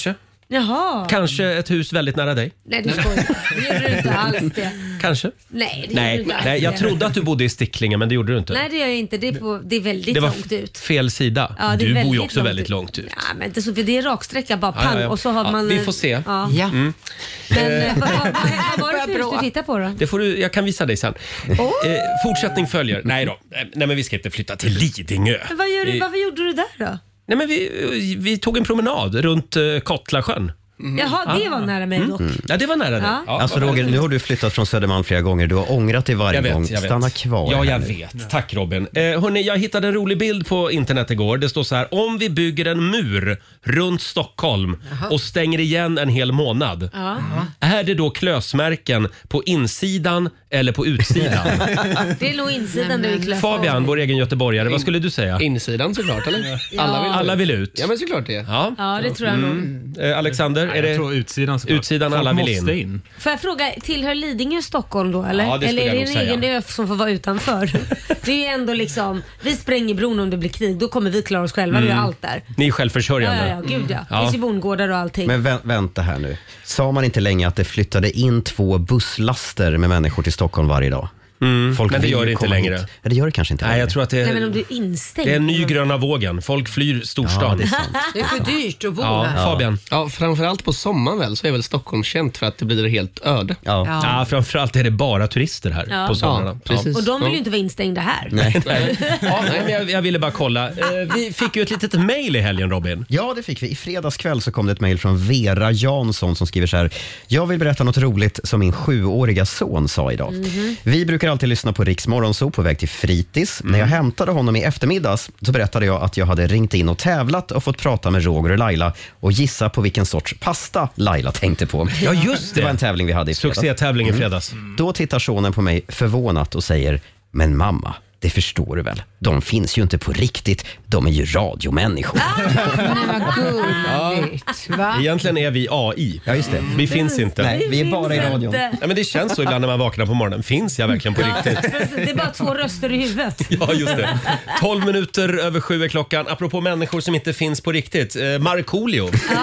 Jaha. Kanske ett hus väldigt nära dig. Nej, du skojar. Det gjorde du inte alls det. Kanske. Nej, det Nej, gjorde du inte nej, alls jag det. trodde att du bodde i Sticklinge, men det gjorde du inte. Nej, det gör jag inte. Det är, på, det är väldigt Det var långt ut. fel sida. Ja, det är du bor ju väldigt också långt väldigt ut. långt ut. Ja, men inte så, för det är raksträcka bara Ja, pang ja, ja. och så har Ja, man... vi får se. Ja. Ja. Mm. Men eh, vad, vad, vad var det för hus Bra. du tittar på då? Det får du, jag kan visa dig sen. Oh. Eh, fortsättning följer. Nej då. Nej, men vi ska inte flytta till Lidingö. Men vad gör du, Eh, varför gjorde du där då? Nej, men vi, vi tog en promenad runt uh, Kottlasjön. Mm. Jaha, det var nära mig dock. Mm. Ja, det var nära dig. Ja. Ja, Alltså Roger, nu har du flyttat från Södermalm flera gånger. Du har ångrat dig varje Jag vet, gång. jag vet. Stanna kvar. Ja, här jag nu. vet. Tack Robin. Eh, hörni, jag hittade en rolig bild på internet igår. Det står så här: om vi bygger en mur runt Stockholm och stänger igen en hel månad. Ja. Är det då klösmärken på insidan eller på utsidan? Det är nog insidan där vi klös. Fabian, vår egen göteborgare, vad skulle du säga? Insidan såklart, eller? Ja. Alla vill, Alla vill ut. Ja, men såklart det. Ja. Ja, det tror jag nog. Eh, Alexander, är Jag det tror utsidan såklart. utsidan Folk alla vill måste in? in. Får jag fråga, tillhör Lidingö Stockholm då eller? Ja, det skulle eller är jag det nog en egen säga. ö som får vara utanför? Det är ju ändå liksom, vi spränger bron om det blir krig, då kommer vi klara oss själva, vi har allt där. Ni är Ja, självförsörjande? ja, ja, gud ja. Det Ja. finns ju bondgårdar och allting. Men vä- vänta här nu. Sa man inte länge att det flyttade in två busslaster med människor till Stockholm varje dag? Folk men det vill gör ju det inte komma längre. hit. Ja, det gör det kanske inte Nej, längre. jag tror att det Nej, men är, om du är instängd. det är en ny gröna vågen. Folk flyr Ja, storstan. det är sant. Det är för dyrt att bo Ja, här. Fabian. Ja, framförallt på sommaren väl så är väl Stockholm känt för att det blir helt öde. Ja. Ja. Ja, framförallt är det bara turister här Ja. på somrarna. Ja, precis. Och de vill ju Ja. inte vara instängda här. Nej. Ja, nej, men jag, jag ville bara kolla. Eh, vi fick ju ett litet mejl i helgen, Robin. Ja, det fick vi. I fredags kväll så kom det ett mejl från Vera Jansson som skriver så här: jag vill berätta något roligt som min sjuåriga son sa idag. Mhm. Vi brukar alltid lyssna på Riks Morgonzoo på väg till fritids. När jag hämtade honom i eftermiddags så berättade jag att jag hade ringt in och tävlat och fått prata med Roger och Laila och gissa på vilken sorts pasta Laila tänkte på. Ja, just Det var en det. tävling vi hade i fredags. Succétävling i fredags. Då tittar sonen på mig förvånat och säger: men mamma, det förstår du väl? De finns ju inte på riktigt. De är ju radiomänniskor. Nej, vad gulligt. Va? Egentligen är vi A I. Ja, just det. Vi finns inte. Nej, vi är bara i radion. Inte. Ja, men det känns så ibland när man vaknar på morgonen. Finns jag verkligen på riktigt? Precis, det är bara två röster i huvudet. Ja, just det. tolv minuter över sju är klockan. Apropå människor som inte finns på riktigt. Eh, Markoolio.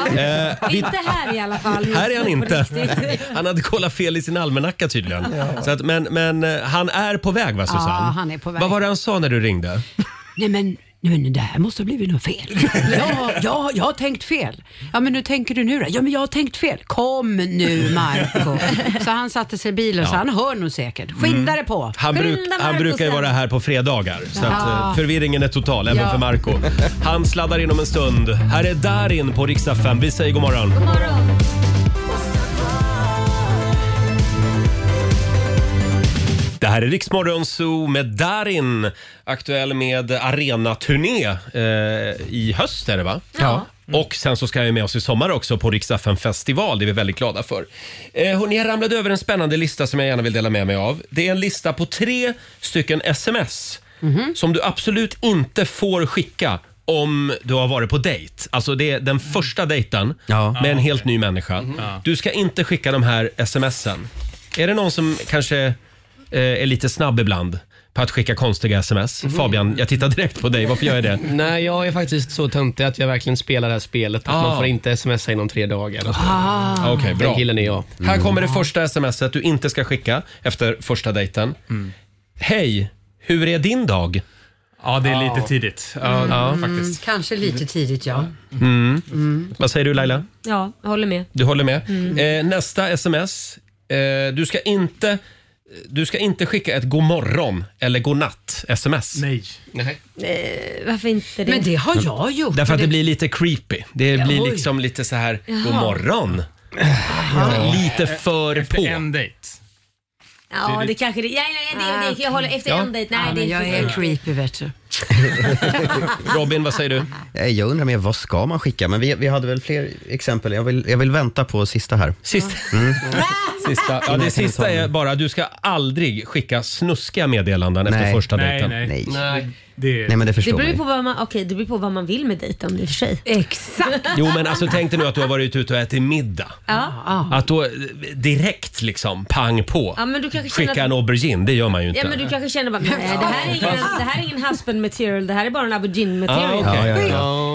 Eh, vi, Inte här i alla fall. här är han På inte. riktigt. Han hade kollat fel i sin almanacka tydligen. Så att, men, men eh, han är på väg, va Susanne? Ja, han är på väg. Vad var det han sa när du ringde? Nej men, nej, men det här måste ha blivit något fel. Ja, ja, jag har tänkt fel. Ja, men hur tänker du nu då? Ja, men jag har tänkt fel. Kom nu, Marco. Så han satte sig i bilen, så han hör nog säkert. Skynda dig på. Han, bruk, Skynda, han Marco, brukar ju sen. vara här på fredagar. Så att, Ja. eh, förvirringen är total, även Ja. för Marco. Han sladdar in om en stund. Här är Darin på Rix F M. Vi säger god morgon. God morgon. Det här är Rix Morgon Zoo med Darin. Aktuell med arenaturné eh, i höst är det, va? Ja. Och sen så ska jag med oss i sommar också på Rix F M festival. Det är vi väldigt glada för. Eh, hörrni, jag ramlade över en spännande lista som jag gärna vill dela med mig av. Det är en lista på tre stycken sms som du absolut inte får skicka om du har varit på dejt. Alltså det är den första dejten Ja. med en helt ny människa. Du ska inte skicka de här smsen. Är det någon som kanske eh, är lite snabb ibland på att skicka konstiga sms? Fabian, jag tittar direkt på dig. Varför gör jag det? Nej, jag är faktiskt så töntig att jag verkligen spelar det här spelet. Att Ah. man får inte smsa inom tre dagar. Okej, okay, Den bra. killen är jag. Här kommer det första smset du inte ska skicka efter första dejten. Hej, hur är din dag? Ja, det är lite tidigt. Ja, faktiskt. Kanske lite tidigt, ja. Vad säger du Laila? Ja, jag håller med. Du håller med? Eh, nästa sms. Eh, du ska inte Du ska inte skicka ett god morgon eller god natt sms. Nej. Nej. Eh, varför inte det? Men det har jag gjort. Därför att det blir lite creepy. Det blir oj. liksom lite så här, god Jaha. morgon. Lite för Efter på. en dejt. Ja, det kanske det. Ja, nej, det, det, jag håller efter Ja. en dejt. Nej, Ja, det men jag för är mycket. creepy, vet du. Robin, vad säger du? Eh, Jag undrar mer, vad ska man skicka? Men vi, vi hade väl fler exempel. Jag vill, jag vill vänta på sista här. Sista. Sista. Ja, det sista är bara, du ska aldrig skicka snuskiga meddelanden efter Nej. första Nej, dejten. nej. Nej. Nej. Det, Nej, men det Det förstår beror ju man på ju. vad man, okej, det beror på vad man vill med dejten i och för sig. Exakt. Jo, men alltså tänk dig nu att du har varit ute och ätit middag. Ja. Att då eh, direkt liksom pang på. Ja, men du kanske känner Skicka att- en aubergine, det gör man ju inte. Ja, men du kanske känner bara, nej, det här är ingen, det här är ingen husband material, det här är bara en aubergine material. Ah, okej. Ja, ja, ja.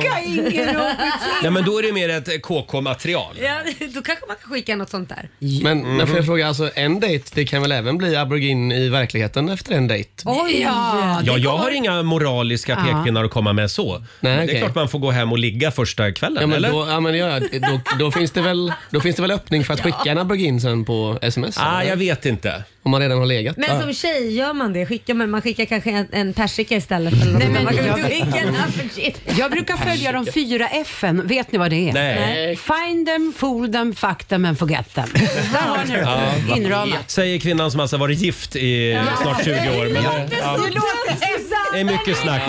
jag ingen aubergine. Ja, men då är det mer ett K K-material. Ja, då kanske man kan skicka något sånt där. Men mm. får jag fråga, alltså en dejt, det kan väl även bli aubergine i verkligheten efter en dejt? Oj, ja. Ja, jag har inga moraliska pekpinnar att komma med så. Nej, det är okej. klart man får gå hem och ligga första kvällen, Ja, men eller? då, ja, men ja, då, då, finns det väl, då finns det väl öppning för att skicka en aubergine sen på sms? Ah, eller? jag vet inte. Om man redan har legat. Men Ja. som tjej gör man det. Skickar man, man skickar kanske en, en persika istället. Eller något. Nej, men man kan jag- inte skicka en aubergine. Jag brukar följa de fyra F:en. Vet ni vad det är? Nej. Find them, fool them, fuck them and forget them. Där har ni det. Inramat. Säger kvinnan som alltså varit gift i snart tjugo år. Men det, ja, det är mycket snack.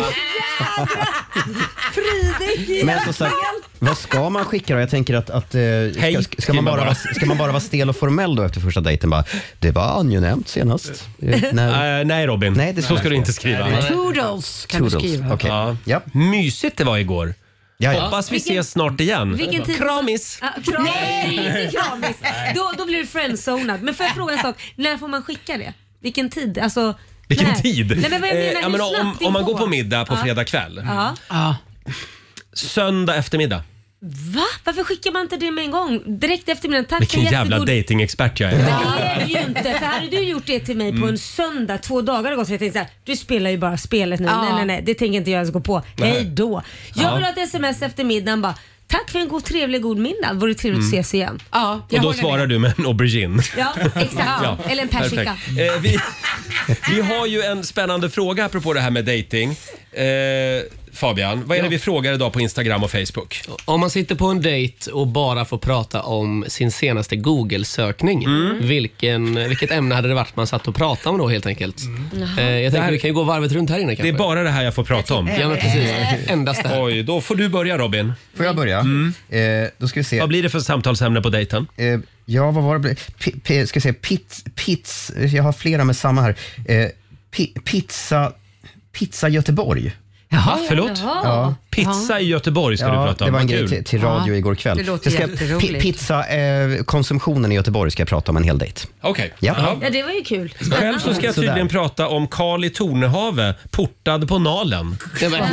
Men som sagt, vad ska man skicka då? Jag tänker att, att eh, Hej, ska, ska, man bara, vara- ska man bara vara stel och formell då efter första dejten? Bara, det var angenämt senast. Eh, när, Äh, nej Robin, Nej, det så ska du inte skriva. Toodles kan du Toodles. skriva. Okej. Ja. Ja. Mysigt det var igår. Ja, ja. Hoppas vi ses snart igen. Vilken tid? Kramis! Ah, kram. Nej, inte kramis. Då, då blir du friendzonad. Men får jag fråga en sak? När får man skicka det? Vilken tid? Alltså, Vilken när? tid? Nej, men vad jag Eh, menar, ja, hur men om, snabbt om man inpå? går på middag på Ja. fredag kväll. Ja. Ja. Söndag eftermiddag. Va? Varför skickar man inte det med en gång? Direkt efter middagen. Tack Vilken för jävla jättegod... datingexpert jag är. Men det är det ju inte. För hade du gjort det till mig Mm. på en söndag, två dagar har gått, så jag tänkte så här, du spelar ju bara spelet nu. Ja. Nej, nej, nej. Det tänker inte jag ens gå på. Nej. Hej då. Jag Ja. vill ha ett sms efter middagen bara. Tack för en god, trevlig, god middag. Vore trevligt att ses igen. Ja, Och då svarar du med en aubergine. Ja, exakt. Ja, Eller en persika. Perfekt. Eh, vi, vi har ju en spännande fråga apropå det här med dating. Eh, Fabian, vad är det vi frågar idag på Instagram och Facebook? Om man sitter på en dejt och bara får prata om sin senaste Google-sökning, Mm. vilken, vilket ämne hade det varit man satt och pratade om då helt enkelt? Eh, jag tänker här- vi kan ju gå varvet runt här inne kanske. Det är bara det här jag får prata om. Ja, men precis. Endast det här. Oj, då får du börja Robin. Får jag börja? Eh, då ska vi se. Vad blir det för samtalsämne på dejten? Eh, ja, vad var det? P- p- ska vi se, pizz, pizz, jag har flera med samma här. Eh, pi- pizza, pizza Göteborg. Jaha, förlåt? Ja. Pizza i Göteborg ska du Ja, prata om. det var en Vad grej kul. till, till radio Ja, igår kväll. det låter ska, jätteroligt. pi- pizza, eh, konsumtionen i Göteborg ska jag prata om en hel dejt. Okej. Ja. Ja. Ja, det var ju kul. Själv så ska jag Sådär. tydligen prata om Karl i Tornehave, portad på Nalen. Det var-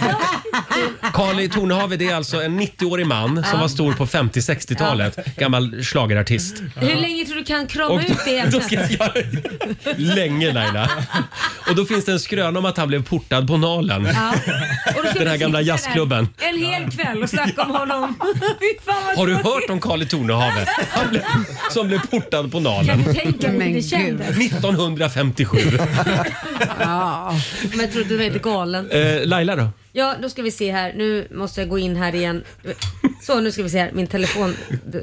Karl i Tornehave, det är alltså en nittioårig man som var stor på femtio-sextiotalet. Gammal schlagerartist. Hur länge tror du kan krama Och ut det då, då ska ämnet? jag, länge Laila. Och då finns det en skröna om att han blev portad på Nalen. Ja. Och då ska Den här vi gamla sitta jazzklubben. där En hel kväll och snacka om honom. Fy fan vad Har du tråkigt. hört om Karl i Tornehave? Han blev, som blev portad på Nalen. Kan du tänka mig Men hur det gud. kändes? nittonhundrafemtiosju. Ja. Men jag trodde du var helt galen. Eh, Laila då? Ja, då ska vi se här. Nu måste jag gå in här igen. Så, nu ska vi se här. Min telefon.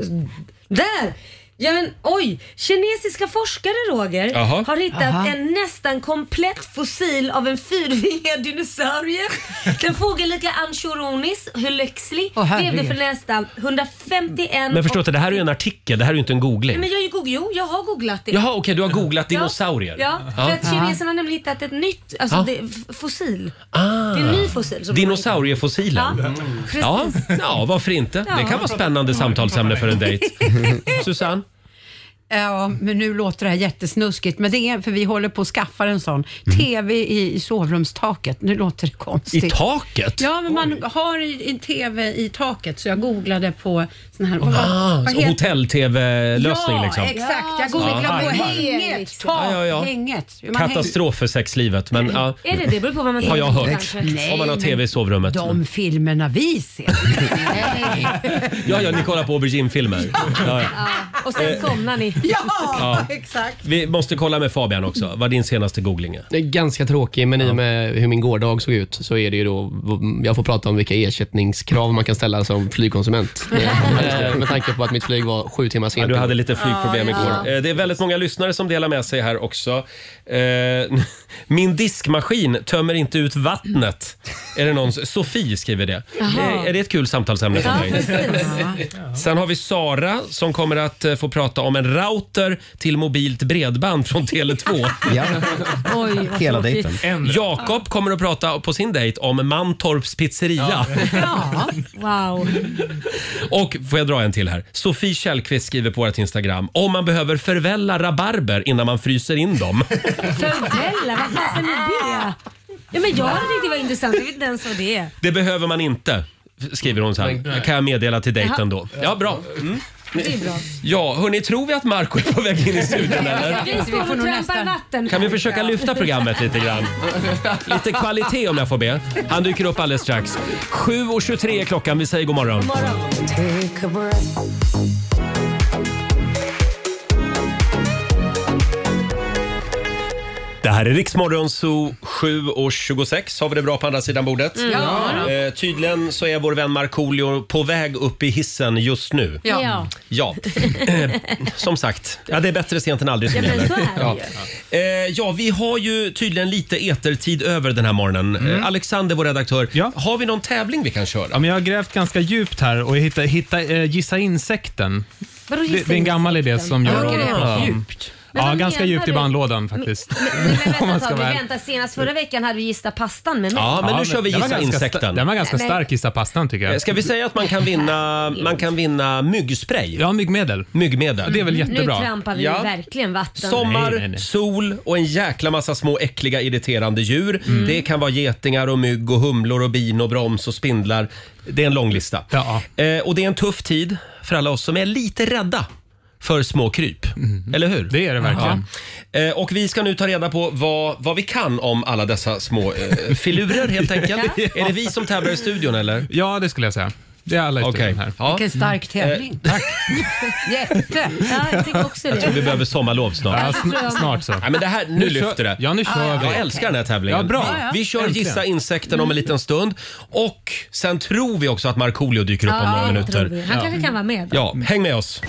Där! Ja men oj! Kinesiska forskare Roger Jaha. har hittat Aha. en nästan komplett fossil av en fyrvingad dinosaurie. Den fågellika Anchiornis hylexli Åh, herregud. levde för nästan hundrafemtioen Men förstå inte, det här är ju en artikel, det här är ju inte en googling. Men jag, är ju goog- jo, jag har googlat det. Jaha, okej, du har googlat Ja. dinosaurier. Ja, för att kineserna har nämligen hittat ett nytt alltså Ja. det, f- fossil. Ah. Det är en ny fossil. som- Dinosauriefossilen. Ja, precis. Ja, ja, varför inte? Det kan vara spännande samtalsämne för en dejt. Susanne? Ja, men nu låter det här jättesnuskigt, men det är för vi håller på att skaffa en sån. T V i, i sovrumstaket. Nu låter det konstigt. I taket? Ja, men man har i- en T V i taket, så jag googlade på sån här... Ah, så hotell-tv-lösning ja, liksom. exakt. Jag googlade Ja. på Ja. hänget. Tak, Ja, ja, ja. hänget. Man häng- Katastrof för sexlivet, men ja. Är det det? Beror på vad man Har jag tänker på hört. kanske. Nej, Om man har men tv i sovrummet. De filmerna vi ser. Nej. Ja, ja, ni kollar på aubergine-filmer. Ja, ja. Ja, och sen somnar ni. Ja, Ja. exakt. Vi måste kolla med Fabian också, vad din senaste googling är. Det är ganska tråkig, men i och med hur min gårdag såg ut så är det ju då, jag får prata om vilka ersättningskrav man kan ställa som flygkonsument. Eh, med tanke på att mitt flyg var sju timmar Ja, sent. du hade lite flygproblem Ja, ja. igår. Eh, Det är väldigt många lyssnare som delar med sig här också. Eh, Min diskmaskin tömmer inte ut vattnet. Är det någon? Sofie skriver det. Eh, Är det ett kul samtalsämne för Ja, dig? precis. Sen har vi Sara som kommer att eh, få prata om en router till mobilt bredband från Tele två. Ja, Oj, vad hela tråkigt. dejten. Jakob kommer att prata på sin dejt om Mantorps pizzeria. Ja, wow. Och får jag dra en till här. Sofie Källqvist skriver på vårt Instagram om man behöver förvälla rabarber innan man fryser in dem. Förvälla, vad fasen är det? Ja, men jag tyckte det var intressant. Jag vet inte ens vad det är. Det behöver man inte. skriver hon sen. Det kan jag meddela till dejten då. Ja, bra. Mm. Det är bra. Ja, hörni, tror vi att Marco är på väg in i studion eller? Vi står och trampar vatten. Kan vi försöka lyfta programmet lite grann? Lite kvalitet om jag får be. Han dyker upp alldeles strax. sju och tjugotre är klockan. Vi säger god morgon. God morgon. Det här är Riksmorgon Zoo sju och tjugosex. Har vi det bra på andra sidan bordet? Ja. Eh, tydligen så är vår vän Markoolio på väg upp i hissen just nu. Ja. Ja. Eh, som sagt, ja, det är bättre sent än aldrig som Ja, men gäller. så är det Ja. ju. Eh, ja, vi har ju tydligen lite etertid över den här morgonen. Eh, Alexander, vår redaktör, Ja. har vi någon tävling vi kan köra? Ja, men jag har grävt ganska djupt här och hitta, hitta, eh, gissa insekten. Vadå Det, gissa det är en gammal idé insekten? som jag Jag tycker det är Ja. djupt. Men Ja, vad ganska menar djupt i du? bandlådan faktiskt. Men, men Om man vänta, ska ett tag, vara vi ärlig. väntar senast förra veckan hade vi gissat pastan med mig. Ja, men nu kör vi den var gissa ganska sta- insekten. Den var ganska Men- stark, gissa pastan tycker Eh, jag. Ska vi säga att man kan vinna, man kan vinna myggspray? Ja, myggmedel. Myggmedel. Det är väl Nu jättebra. trampar vi Ja. ju verkligen vatten. Sommar, Nej, nej, nej. sol och en jäkla massa små äckliga irriterande djur. Mm. Det kan vara getingar och mygg och humlor och bin och broms och spindlar. Det är en lång lista. Ja. Eh, och det är en tuff tid för alla oss som är lite rädda för små kryp. Eller hur? Mm. Det är det verkligen. Eh, och vi ska nu ta reda på vad, vad vi kan om alla dessa små eh, filurer helt enkelt. Är det vi som tävlar i studion eller? Ja, det skulle jag säga. Det är alla i Okej. studion här. Ja. Vilken stark tävling. Tack. Jätte. Ja, jag tycker också det. Vi behöver sommarlov snart. Ja, Jag tror sn- jag snart så. Ja, men det här, nu, Nu kör- lyfter det. Ja, nu kör vi. Jag älskar den här tävlingen. Ja, bra. Vi kör Äntligen. Gissa insekten om en liten stund. Och sen tror vi också att Markoolio dyker upp om några Ja, det tror minuter. vi. Han kanske kan vara med då. Ja, häng med oss.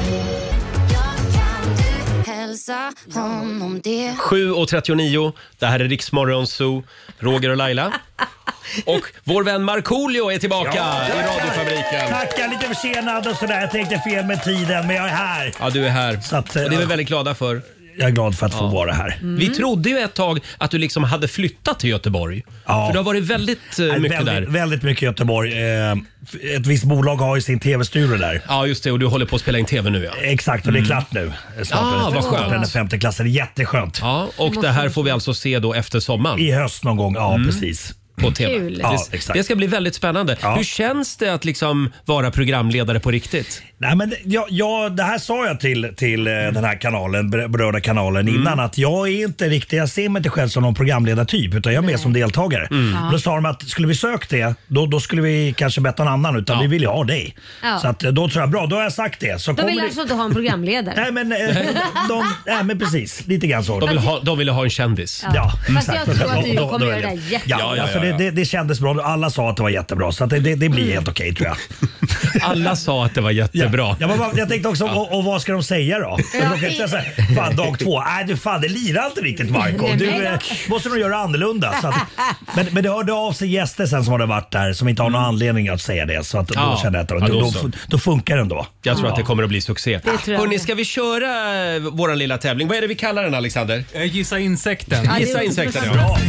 sju och trettionio. Det här är Riksmorgon Zoo. Roger och Laila. Och vår vän Markoolio är tillbaka Ja. i radiofabriken. Tackar, lite försenad och sådär. Jag tänkte fel med tiden, men jag är här. Ja, du är här. Så att, Och det är vi ja. väldigt glada för. Jag är glad för att få vara här. Vi trodde ju ett tag att du liksom hade flyttat till Göteborg. Ja. För du har varit väldigt eh, Nej, mycket väldigt, där. väldigt mycket i Göteborg. Eh, ett visst bolag har ju sin tv-studio där. Ja, just det. Och du håller på att spela in tv nu, ja. Exakt, och det är klart nu. Snart Ah, är det- vad snart skönt. är det femte klassen. Jätteskönt. Ja, och det här får vi alltså se då efter sommaren. I höst någon gång, ja precis. På T V. Kul. Ja, Det, exakt. det ska bli väldigt spännande. Ja. Hur känns det att liksom vara programledare på riktigt? Nej, men det- ja, ja, det här sa jag till, till eh, den här kanalen, ber- berörda kanalen innan, att jag är inte riktigt, jag ser mig inte själv som någon programledartyp utan jag är med som deltagare. Då sa de att skulle vi sökt det, då, då skulle vi kanske bett någon annan utan Ja. vi vill ju ha dig. Ja. Så att, eh, då tror jag, bra, då har jag sagt det. Så De vill kommer alltså det... inte ha en programledare. Nej men, eh, de, nej men precis, lite grann så. De vill ha, de ville ha en kändis. Ja, Fast jag tror att du Då- då- kommer då göra är det det. jättebra. Ja, Ja, ja, alltså ja, ja. Det, det, det kändes bra. Alla sa att det var jättebra så att det, det, det blir helt okej tror jag. Alla sa att det var jättebra. Ja, men vad- jag tänkte också, och, och vad ska de säga då? De kan inte säga så här, fan dag två, nej du fan det lirar inte riktigt Marco. Du Nej, eh, måste nog göra annorlunda. Så att, men, men det hörde av sig gäster sen som hade varit där som inte har någon anledning att säga det. Så att, Ja. då kände jag att Ja, då, då då, så. då funkar det ändå. Jag tror Ja. att det kommer att bli succé. tror jag Hörrni, med. ska vi köra eh, våran lilla tävling? Vad är det vi kallar den, Alexander? Eh, Gissa insekten. Ja, det Gissa är insekten, ja. Bra.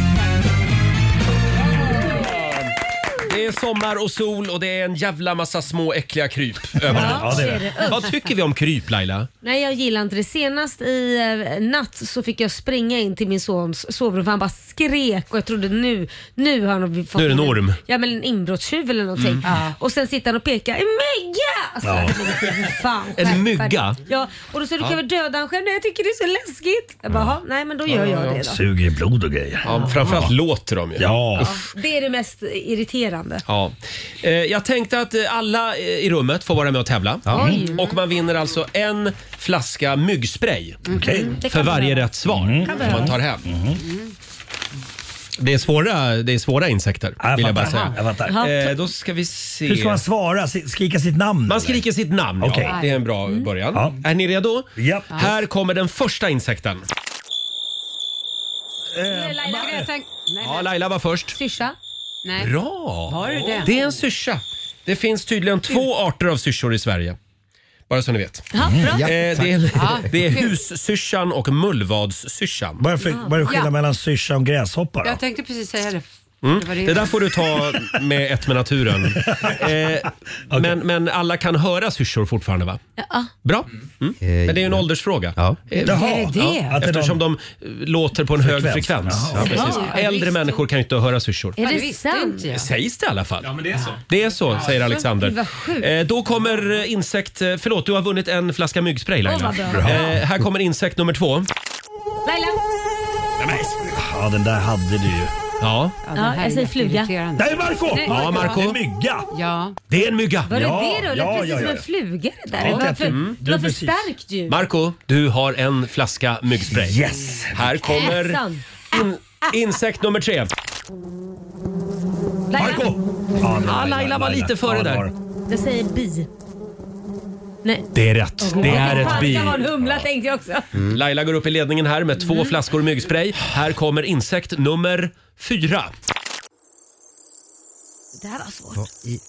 Det är sommar och sol och det är en jävla massa små äckliga kryp överallt. Ja, det är så det. det. Vad tycker vi om kryp, Laila? Nej, jag gillar inte det. Senast i eh, natt så fick jag springa in till min sons sovrum för han bara skrek och jag trodde nu, nu har han fått Nu är det en en- orm. Ja, men en inbrottstjuv eller någonting. Och sen sitter han och pekar, en mygga! Alltså, Ja. jag tänkte, "Fy fan, En skärpa mygga? dig." Ja, och då sa du kan väl döda han själv? Nej, jag tycker det är så läskigt. Jag bara, "Jaha, nej men då gör jag det då. Suger blod och grejer. Ja, framförallt låter de ju. Ja. Det är det mest irriterande. Ja. Eh, jag tänkte att eh, alla eh, i rummet får vara med och tävla. Oj. Och man vinner alltså en flaska myggspray Okej. Det för kan varje behöva. rätt svar Mm. Kan som man tar hem. Det är svåra, det är svåra insekter, Ja, jag vill jag bara fattar. säga. Jag fattar. Jaha. Eh, då ska vi se. Hur ska man svara? Si- Skrika sitt namn? Man eller? skriker sitt namn, Okej. ja. Det är en bra början. Ja. Är ni redo? Japp. Här kommer den första insekten. Laila, Jag tänk- Nej, Ja, Laila var först. syrsa. nej. Bra! Var det det? Det är en syrsa. Det finns tydligen två arter av syrsor i Sverige. Bara så ni vet. Ja, bra. Ja, Eh, det tack. är, det är hussyrsan och mullvadssyrsan. Vad är för- vad är det skillnad Ja. mellan syrsa och gräshoppa då? Jag tänkte precis säga det. Mm. Det var det. Det där får du ta med ett med naturen. Eh, men, men alla kan höra syrsor fortfarande, va? Ja. Bra. Mm. Men det är ju en åldersfråga. Ja. Eh, Jaha. Är det det? Ja, eftersom de låter på en hög Frekvens. frekvens. Jaha. Ja, precis. Ja, Äldre visst. människor kan ju inte höra syrsor. Är Ja, det det visste sant? inte jag. Sägs det i alla fall. Ja, men det är så. Det är så, säger Alexander. Vad sjukt. Eh, då kommer eh, insekt... eh, Förlåt, du har vunnit en flaska myggspray, Laila. Åh, vad bra. Eh, här kommer insekt nummer två. Laila? Ja, den där hade du ju. Ja. Ja, det Ja, här jag är säger fluga. jätteirriterande. Nej, Marco! Ja, Marco. Det är mygga. Ja. Det är en mygga. Var det Ja, det då? Det ja, lät precis ja, som ja. en fluga det där. Ja, Varför, mm, det var det för är precis. starkt ju. Marco, du har en flaska myggspray. Yes! Här kommer Ätsan. in, insekt nummer tre. Laila? Marco! Ja, Ja, Laila var lite före Ja, det var där. det. Jag säger bi. Nej. Det är rätt. Det är ett Fan, bi. det var en humla tänkte jag också. Laila går upp i ledningen här med två flaskor myggspray. Här kommer insekt nummer fyra. Det här var svårt.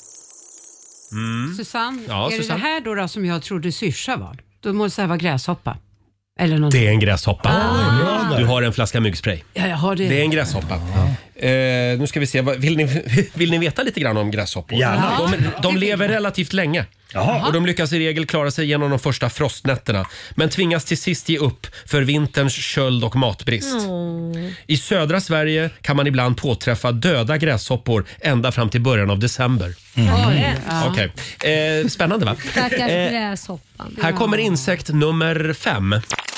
Susanne, Ja, är Susanne. det det här då, då som jag trodde syrsa var? Då måste det vara gräshoppa. Eller något. Det är en gräshoppa. Ah. Du har en flaska myggspray. Ja, jag har det. Det är en gräshoppa. Eh, nu ska vi se. Vad- Vill ni, vill ni veta lite grann om gräshoppor? Gärna. De, de lever relativt länge. Jaha. Och de lyckas i regel klara sig genom de första frostnätterna. Men tvingas till sist ge upp för vinterns köld och matbrist. I södra Sverige kan man ibland påträffa döda gräshoppor ända fram till början av december. Oj. Okej. Eh, spännande, va? Stackars Eh, gräshoppan. här kommer insekt nummer fem.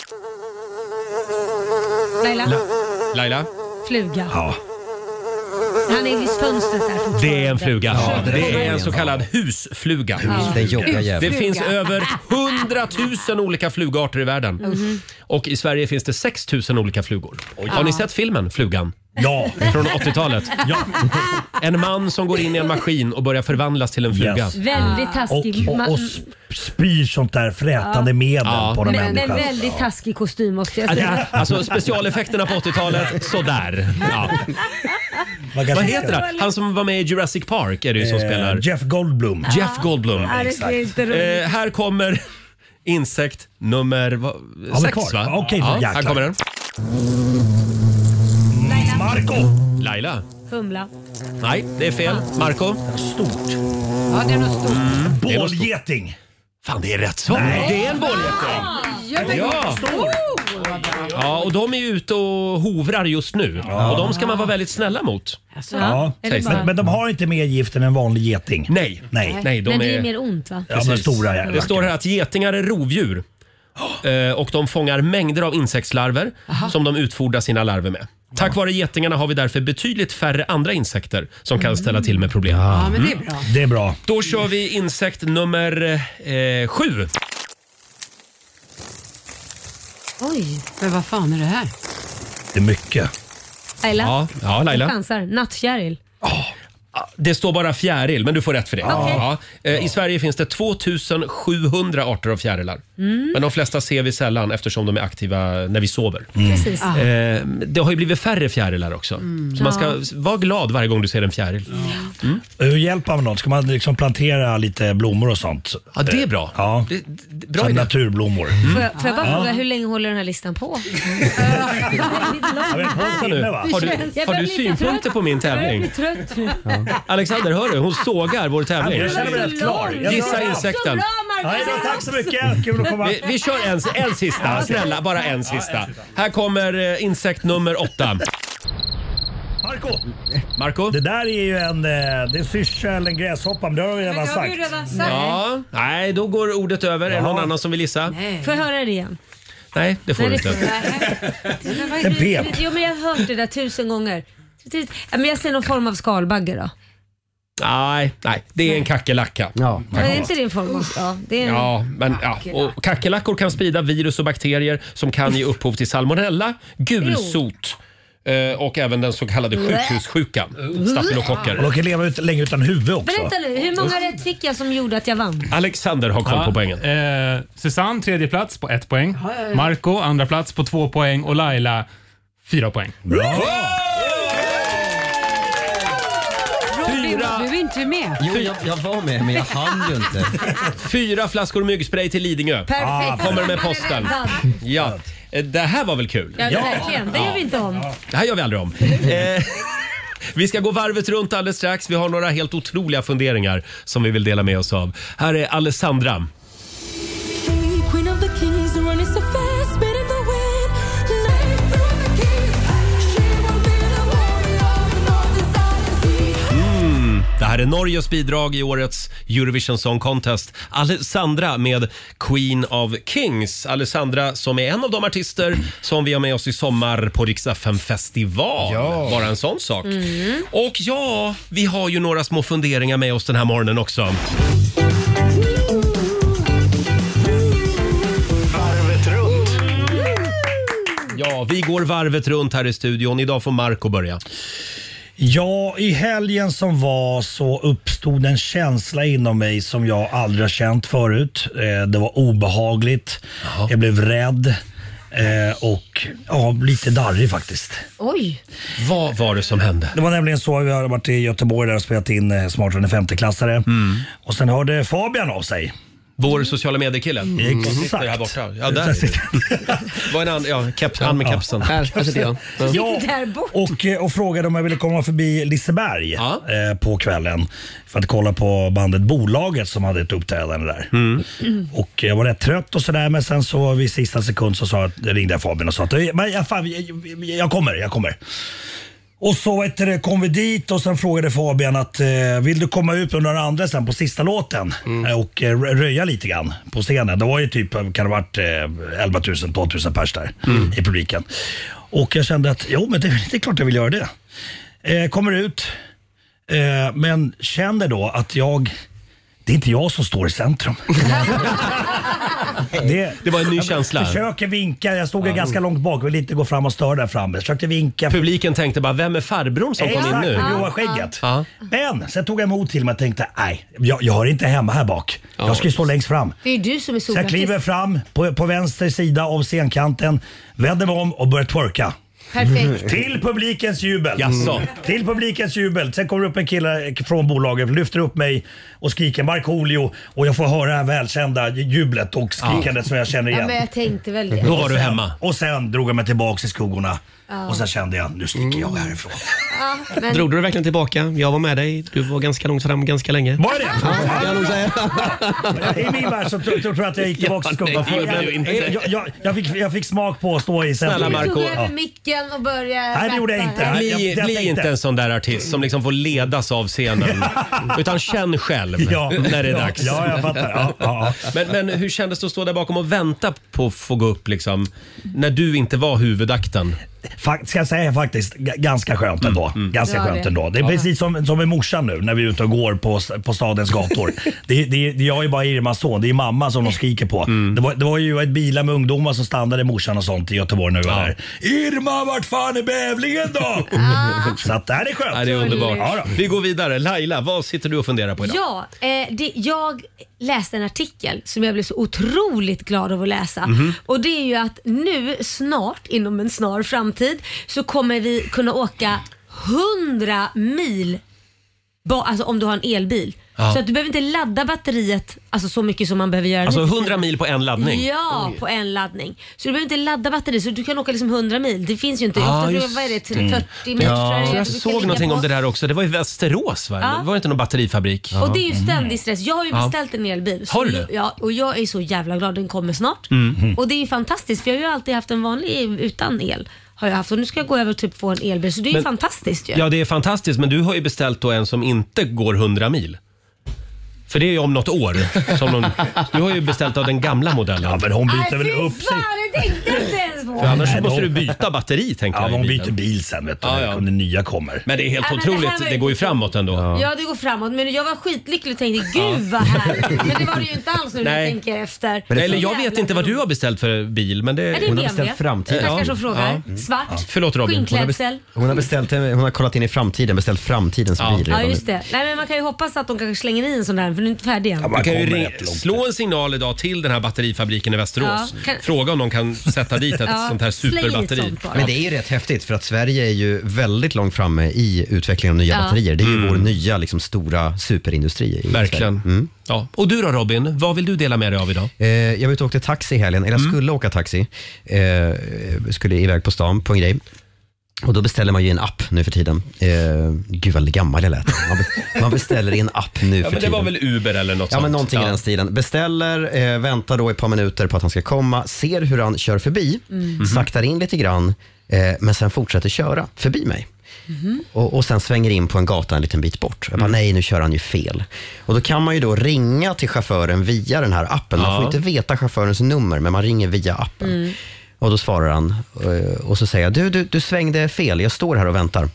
Laila? Laila? Fluga. Ja. Han är vid fönstret där fortfarande. Det är en fluga. det det var är en det. så kallad husfluga. Den jobbiga Det jäveln. finns över hundratusen olika flugarter i världen. Mhm. Och i Sverige finns det sex tusen olika flugor. Har ni sett filmen Flugan? Ja. Från åttiotalet. Ja. En man som går in i en maskin och börjar förvandlas till en fluga. Yes. Väldigt Och, taskig. och, Ma- och sp- spyr sånt där frätande medel Ja. på en men, men människa. väldigt taskig kostym måste jag säga. Alltså specialeffekterna på åttiotalet, sådär. Ja. Man kanske Vad ska- heter han? Han som var med i Jurassic Park är det ju som Eh, spelar. Jeff Goldblum. Jeff Goldblum. Ja, det är inte roligt. Eh, här kommer insekt nummer va, men sex, kvar. va? Okej, ja, jäklar. här kommer den. Marco! Laila. Humla. Nej, det är fel. Marco. Stort. Ja, det är nog stort. Det är nog stort. Bålgeting. Fan, det är rätt svar. Det är en bålgeting. Ja. Ja, och de är ju ute och hovrar just nu. Och de ska man vara väldigt snälla mot. Alltså, Ja. Är det Sägs bara- Men, men de har inte mer gift än en vanlig geting. Nej. Nej. Nej, de Men det är är... mer ont va? Ja, men stora jävlar. Det står här att getingar är rovdjur. Eh, Och de fångar mängder av insektslarver som de utfodrar sina larver med. Tack vare getingarna har vi därför betydligt färre andra insekter som kan ställa till med problem. ja, men det är bra. Det är bra. Då kör vi insekt nummer eh, sju. Oj, men vad fan är det här? Det är mycket. Laila? Ja, ja Laila. Chansar. Nattfjäril. Det står bara fjäril, men du får rätt för det. Okej. Ja. Eh, I Sverige finns det tvåtusen sjuhundra arter av fjärilar. Men de flesta ser vi sällan eftersom de är aktiva när vi sover. Precis. Eh, det har ju blivit färre fjärilar också. Så man ska vara glad varje gång du ser en fjäril. Hur hjälper man någon? Ska man liksom plantera lite blommor och sånt? Ja, det är bra. Ja. Det, det, bra Som idé. naturblommor. Får jag, får jag bara fråga, hur länge håller den här listan på? Jag vet, på en timme, va? Har du, Jag har börjar du bli synpunkter trött. på min Jag börjar tävling? bli trött nu. Alexander, hör du? Hon sågar vår tävling. Jag känner mig rätt klar. Jag Gissa drar hem. insekten. Nej, då, tack så mycket. Kul att komma. Vi, vi kör en, en sista. Snälla, bara en sista. Här kommer eh, insekt nummer åtta. Marco, Marco? det där är ju en, eh, det är syrsa eller en gräshoppa, men det har vi redan Men det har vi sagt. ju redan sagt. Ja, nej, då går ordet över. Är det någon annan som vill gissa? Får jag höra det igen? Nej, det får Nej, du det inte. får jag. En pep. Jo, men jag har hört det där tusen gånger. Ja, men jag ser någon form av skalbagge då. Nej, nej, det är en kackerlacka. Ja. Ja, det är inte din form av... Ja, det är en... Ja, men ja. Och kackerlackor kan sprida virus och bakterier som kan ge upphov till salmonella, gulsot eh, och även den så kallade sjukhussjukan, stafylokocker. Och de kan leva ut, länge utan huvud också. Berätta nu, hur många rätt fick jag som gjorde att jag vann? Alexander har koll på poängen. Eh, Susanne, tredje plats på ett poäng. Marco, andra plats på två poäng. Och Laila, fyra poäng. Bra! Robin, du är inte med. Jo, jag, jag var med, men jag hann ju inte. Fyra flaskor myggspray till Lidingö. Perfekt. Kommer med posten. Ja, eh, det här var väl kul? Ja, Ja. verkligen. Det gör vi inte om. Det här gör vi aldrig om. Eh, Vi ska gå varvet runt alldeles strax. Vi har några helt otroliga funderingar som vi vill dela med oss av. Här är Alessandra. Queen of the kings running so fast, spinning the wind. Det här är Norges bidrag i årets Eurovision Song Contest. Alessandra med Queen of Kings. Alessandra som är en av de artister som vi har med oss i sommar på Rix F M-festival. Ja. Bara en sån sak. Mm. Och ja, vi har ju några små funderingar med oss den här morgonen också. Varvet runt. Ja, vi går varvet runt här i studion. Idag får Marco börja. Ja, i helgen som var så uppstod en känsla inom mig som jag aldrig har känt förut. Eh, det var obehagligt. Jaha. Jag blev rädd eh, och ja, lite darrig faktiskt. Oj. Vad var det som hände? Det var nämligen så att vi har varit i Göteborg där och spelat in eh, Smartare än femtioklassare. Mm. Och sen hörde Fabian av sig. Vår sociala mediekille. Mm. Som sitter här borta. Ja, där. Var en annan, ja, keps, han med kepsen. Här, här sitter jag. Ja, och, och frågade om jag ville komma förbi Liseberg ja. eh, på kvällen för att kolla på bandet Bolaget som hade ett uppträdande där. Mm. Och jag var rätt trött och sådär, men sen så vid sista sekund så sa jag, ringde jag Fabian och sa att men jag, fan, jag, jag kommer, jag kommer. Och så vet du, kom vi dit och sen frågade Fabian att eh, vill du komma ut med några andra sen på sista låten mm. eh, och eh, röja lite grann på scenen. Det var ju typ, kan det ha varit eh, elva tusen, tolv tusen pers där mm. i publiken. Och jag kände att jo men det, det är klart jag vill göra det. Eh, kommer ut eh, men kände då att jag, det är inte jag som står i centrum. Det, det var en ny jag känsla. Försöker vinka, jag stod ja. ganska långt bak, vill inte gå fram och störa där framme. Jag försökte vinka. Publiken tänkte bara, vem är farbrorn som Exakt, kom in nu? Exakt, blåa skägget. Ja. Men sen tog jag emot till mig och tänkte, nej, jag, jag hör inte hemma här bak. Ja. Jag ska stå längst fram. Det är du som är så jag kliver fram på, på vänster sida av scenkanten, vänder mig om och börjar twerka. Perfekt. Till publikens jubel. Jaså. Till publikens jubel. Sen kommer upp en kille från bolaget, lyfter upp mig och skriker Markoolio och jag får höra det här välkända jublet och skrikandet ja. som jag känner igen. Ja, men jag tänkte väl det. Då var du hemma. Och sen drog jag mig tillbaka i skuggorna. Ja. Och sen kände jag, nu sticker jag härifrån. Ja, men... Drog du verkligen tillbaka? Jag var med dig. Du var ganska långt fram ganska länge. Var det? Ja, kan jag nog säga. I min värld så tror jag att jag gick tillbaka i skuggan. Ja, jag, jag, jag, jag, fick, jag fick smak på att stå i centrum. Du tog över micken och började. Nej, det gjorde jag inte. Bli, jag, jag bli inte en sån där artist som liksom får ledas av scenen. Utan känn själv ja. när det är dags. Ja, jag fattar. Ja, ja, ja. Men, men hur kändes det att stå där bakom och vänta på att få gå upp liksom, när du inte var huvudakten? Ska jag säga faktiskt g- ganska skönt ändå. Mm, mm. Ganska ja, skönt ändå. Det är ja. precis som, som med morsan nu när vi är ute och går på, på stadens gator. det, det, det jag är bara Irmas son. Det är mamma som de skriker på. Mm. Det, var, det var ju ett bilar med ungdomar som stannade morsan och sånt i Göteborg nu. Ja. Här. Irma, vart fan är bävlingen då? Ah. Så att det här är skönt. Ja, det är underbart. Ja, vi går vidare. Laila, vad sitter du och funderar på idag? Ja, eh, det, jag läste en artikel som jag blev så otroligt glad av att läsa. Mm-hmm. Och det är ju att nu snart, inom en snar framtid, så kommer vi kunna åka hundra mil ba, alltså om du har en elbil. Ja. Så att du behöver inte ladda batteriet alltså så mycket som man behöver göra. Alltså hundra mil på en laddning? Ja, Oj. på en laddning. Så du behöver inte ladda batteriet, så du kan åka liksom hundra mil. Det finns ju inte. Ah, ofta, vad är det? fyrtio minuter? Ja. Jag, jag såg någonting på. om det där också. Det var i Västerås, va? Ja. Var det inte någon batterifabrik? Ja. Och det är ju ständig stress. Jag har ju beställt en elbil. Har du det? Ja, och jag är så jävla glad. Den kommer snart. Mm. Och det är ju fantastiskt, för jag har ju alltid haft en vanlig utan el. Har jag haft, och nu ska jag gå över och typ få en elbil. Så det är men, ju fantastiskt ju. Ja, det är fantastiskt. Men du har ju beställt då en som inte går hundra mil. För det är ju om något år. Som någon, du har ju beställt av den gamla modellen. Ja, men hon byter väl upp sig. Det tänkte jag inte ens på. För annars Nej, måste du byta batteri, tänker ja, jag. Ja, hon byter bil sen, vet du. Ja, ja. När nya kommer. Men det är helt ja, otroligt. Det, det går ju framåt ändå. Ja. ja, det går framåt. Men jag var skitlycklig och tänkte, gud vad härligt. Men det var det ju inte alls nu när jag tänker efter. Men eller jag vet inte vad du har beställt för bil. Men det, ja, det hon har beställt framtiden. Jag kanske frågar. Ja. Svart. Ja. Förlåt Robin. Skinnklädsel. Hon har, beställt, hon har kollat in i framtiden, beställt framtidens ja. bil. Ja, just det. Nej, men man kan ju hoppas att de kanske slänger i en sån där, för nu är inte färdig än. Ja, man kan ju ring, slå en signal idag till den här batterifabriken i Västerås. Ja, kan... Fråga om de kan sätta dit ett ja, sånt här superbatteri. Sånt men det är ju rätt häftigt, för att Sverige är ju väldigt långt framme i utvecklingen av nya ja. batterier. Det är ju mm. vår nya liksom, stora superindustri i Verkligen. Mm. Ja. Och du då Robin, vad vill du dela med dig av idag? Eh, jag var ute och åkte taxi i helgen, eller jag skulle mm. åka taxi. Eh, skulle iväg på stan på en grej. Och då beställer man ju en app nu för tiden. Eh, gud vad gammal jag lät. Man, be- man beställer i en app nu Ja, för men det tiden. var väl Uber eller något Ja, sånt. men någonting Ja. i den stilen. Beställer, eh, väntar då ett par minuter på att han ska komma, ser hur han kör förbi, Mm. saktar in lite grann, eh, men sen fortsätter köra förbi mig. Mhm. Och, och sen svänger in på en gata en liten bit bort. Jag bara, nej, nu kör han ju fel. Och då kan man ju då ringa till chauffören via den här appen. Man Ja. får inte veta chaufförens nummer, men man ringer via appen. Mm. Och då svarar han eh, och så säger jag, du, du, du svängde fel, jag står här och väntar.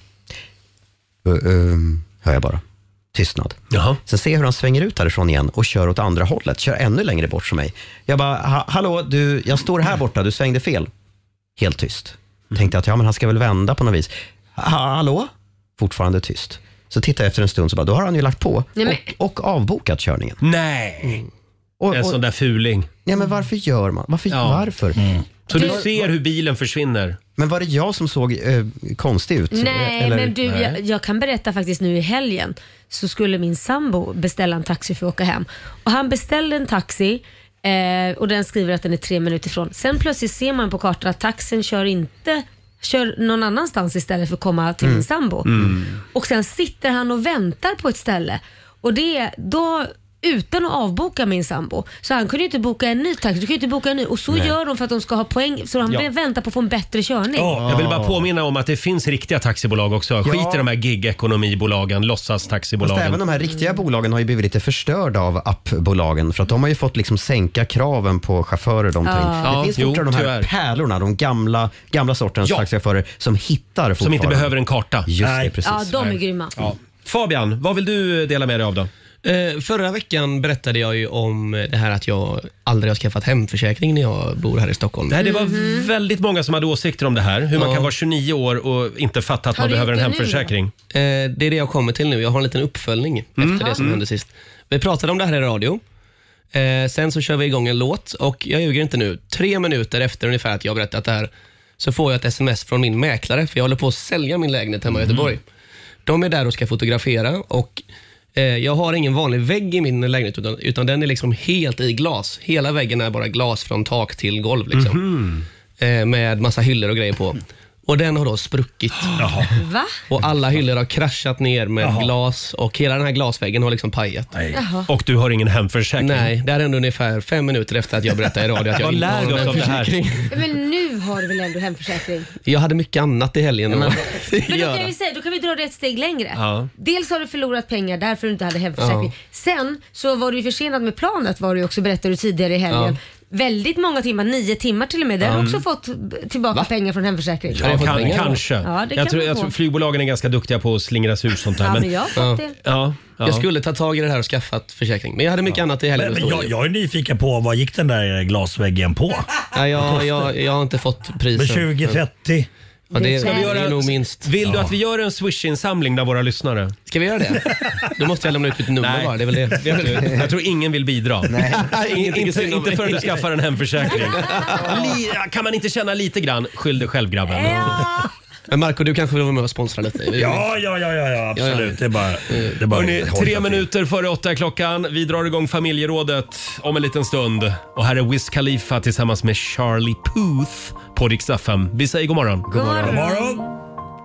Uh, um, hör jag bara. Tystnad. Jaha. Sen ser jag hur han svänger ut härifrån igen och kör åt andra hållet. Kör ännu längre bort från mig. Jag bara, ha, hallå, du, jag står här borta, du svängde fel. Helt tyst. Tänkte att ja, men han ska väl vända på något vis. Ha, hallå? Fortfarande tyst. Så tittar jag efter en stund så bara, då har han ju lagt på Nej, men- och, och avbokat körningen. Nej, Och, en och, sån där fuling. ja, men varför gör man? Varför? Ja. Varför? Så du ser hur bilen försvinner. Men var det jag som såg eh, konstig ut? Nej, Eller- men du, Nej. jag, jag kan berätta faktiskt nu i helgen så skulle min sambo beställa en taxi för att åka hem. Och han beställde en taxi eh, och den skriver att den är tre minuter ifrån. Sen plötsligt ser man på kartan att taxin kör inte kör någon annanstans istället för att komma till min sambo. Och sen sitter han och väntar på ett ställe. Och det då utan att avboka min sambo. Så han kunde ju inte boka en ny taxi. Du kan ju inte boka en ny. Och så gör de för att de ska ha poäng. Så han Ja. väntar på att få en bättre körning. Ja. Jag vill bara påminna om att det finns riktiga taxibolag också. Skit Ja. i de här gig-ekonomibolagen, Fast låtsas-taxibolagen. även de här riktiga bolagen har ju blivit lite förstörda av appbolagen. För att de har ju fått liksom sänka kraven på chaufförer de tar in. Ja. Det Ja, finns jo, fortfarande de här tyvärr. pärlorna, de gamla, gamla sortens Ja. taxichaufförer som hittar fortfarande. Som inte behöver en karta. Just det, Nej. precis. Ja, de är grymma. Ja. Fabian, vad vill du dela med dig av då? Eh, förra veckan berättade jag ju om det här att jag aldrig har skaffat hemförsäkring när jag bor här i Stockholm. Nej, det var Mhm. väldigt många som hade åsikter om det här. Hur man Ja. kan vara tjugonio år och inte fatta att Har man du behöver en gjort det nu hemförsäkring. Eh, det är det jag kommer till nu. Jag har en liten uppföljning efter det som hände sist. Vi pratade om det här i radio. Eh, sen så kör vi igång en låt och jag ljuger inte nu. Tre minuter efter ungefär att jag har berättat det här så får jag ett sms från min mäklare för jag håller på att sälja min lägenhet hemma i Göteborg. De är där och ska fotografera och eh, jag har ingen vanlig vägg i min lägenhet utan, utan den är liksom helt i glas. Hela väggen är bara glas från tak till golv liksom. Eh, med massa hyllor och grejer på. Och den har då spruckit. Va? Och alla hyllor har kraschat ner med Jaha. glas och hela den här glasväggen har liksom pajat. Nej. Jaha. Och du har ingen hemförsäkring. Nej, det är ändå ungefär fem minuter efter att jag berättade i radio att jag Vad inte lär har du oss en av det här? försäkring. Men nu har du väl ändå hemförsäkring? Jag hade mycket annat i helgen att Men då kan, göra. vi säga, då kan vi dra det ett steg längre. Ja. Dels har du förlorat pengar därför du inte hade hemförsäkring. Sen så var du ju försenad med planet var du också, berättade du tidigare i helgen. Väldigt många timmar, nio timmar till och med. Där har du också fått b- tillbaka pengar från hemförsäkring. Har jag Ja, fått kan, pengar då? kanske. Ja, det jag, kan tror, man jag få. tror flygbolagen är ganska duktiga på att slingra sig ur sånt här. Ja, men men, jag har fått det. ja, ja. Jag skulle ta tag i det här och skaffat försäkring. Men jag hade mycket annat i helgen. Men, men jag, jag är nyfiken på vad gick den där glasväggen på? Nej, jag, jag, jag har inte fått priset. Med tjugo trettio? Ja, det, Ska vi det göra- är nog minst. Vill du Ja. att vi gör en Swish-insamling där våra lyssnare? Ska vi göra det? Då måste jag lämna ut mitt nummer Nej. bara. Det är väl det. Vet du, jag tror ingen vill bidra. Nej. Ingenting är inte, synd om inte mig. förrän du skaffar en hemförsäkring. Li, kan man inte känna lite grann? Skyll dig själv, grabben. Men Marco, du kanske vill vara med och sponsra lite? Ja, ja, ja, ja, ja absolut. Det är bara... Det är bara Hörrni, hålla tre till. minuter före åtta är klockan. Vi drar igång familjerådet om en liten stund. Och här är Wiz Khalifa tillsammans med Charlie Puth på Rix F M. Vi säger god morgon. God morgon. God morgon.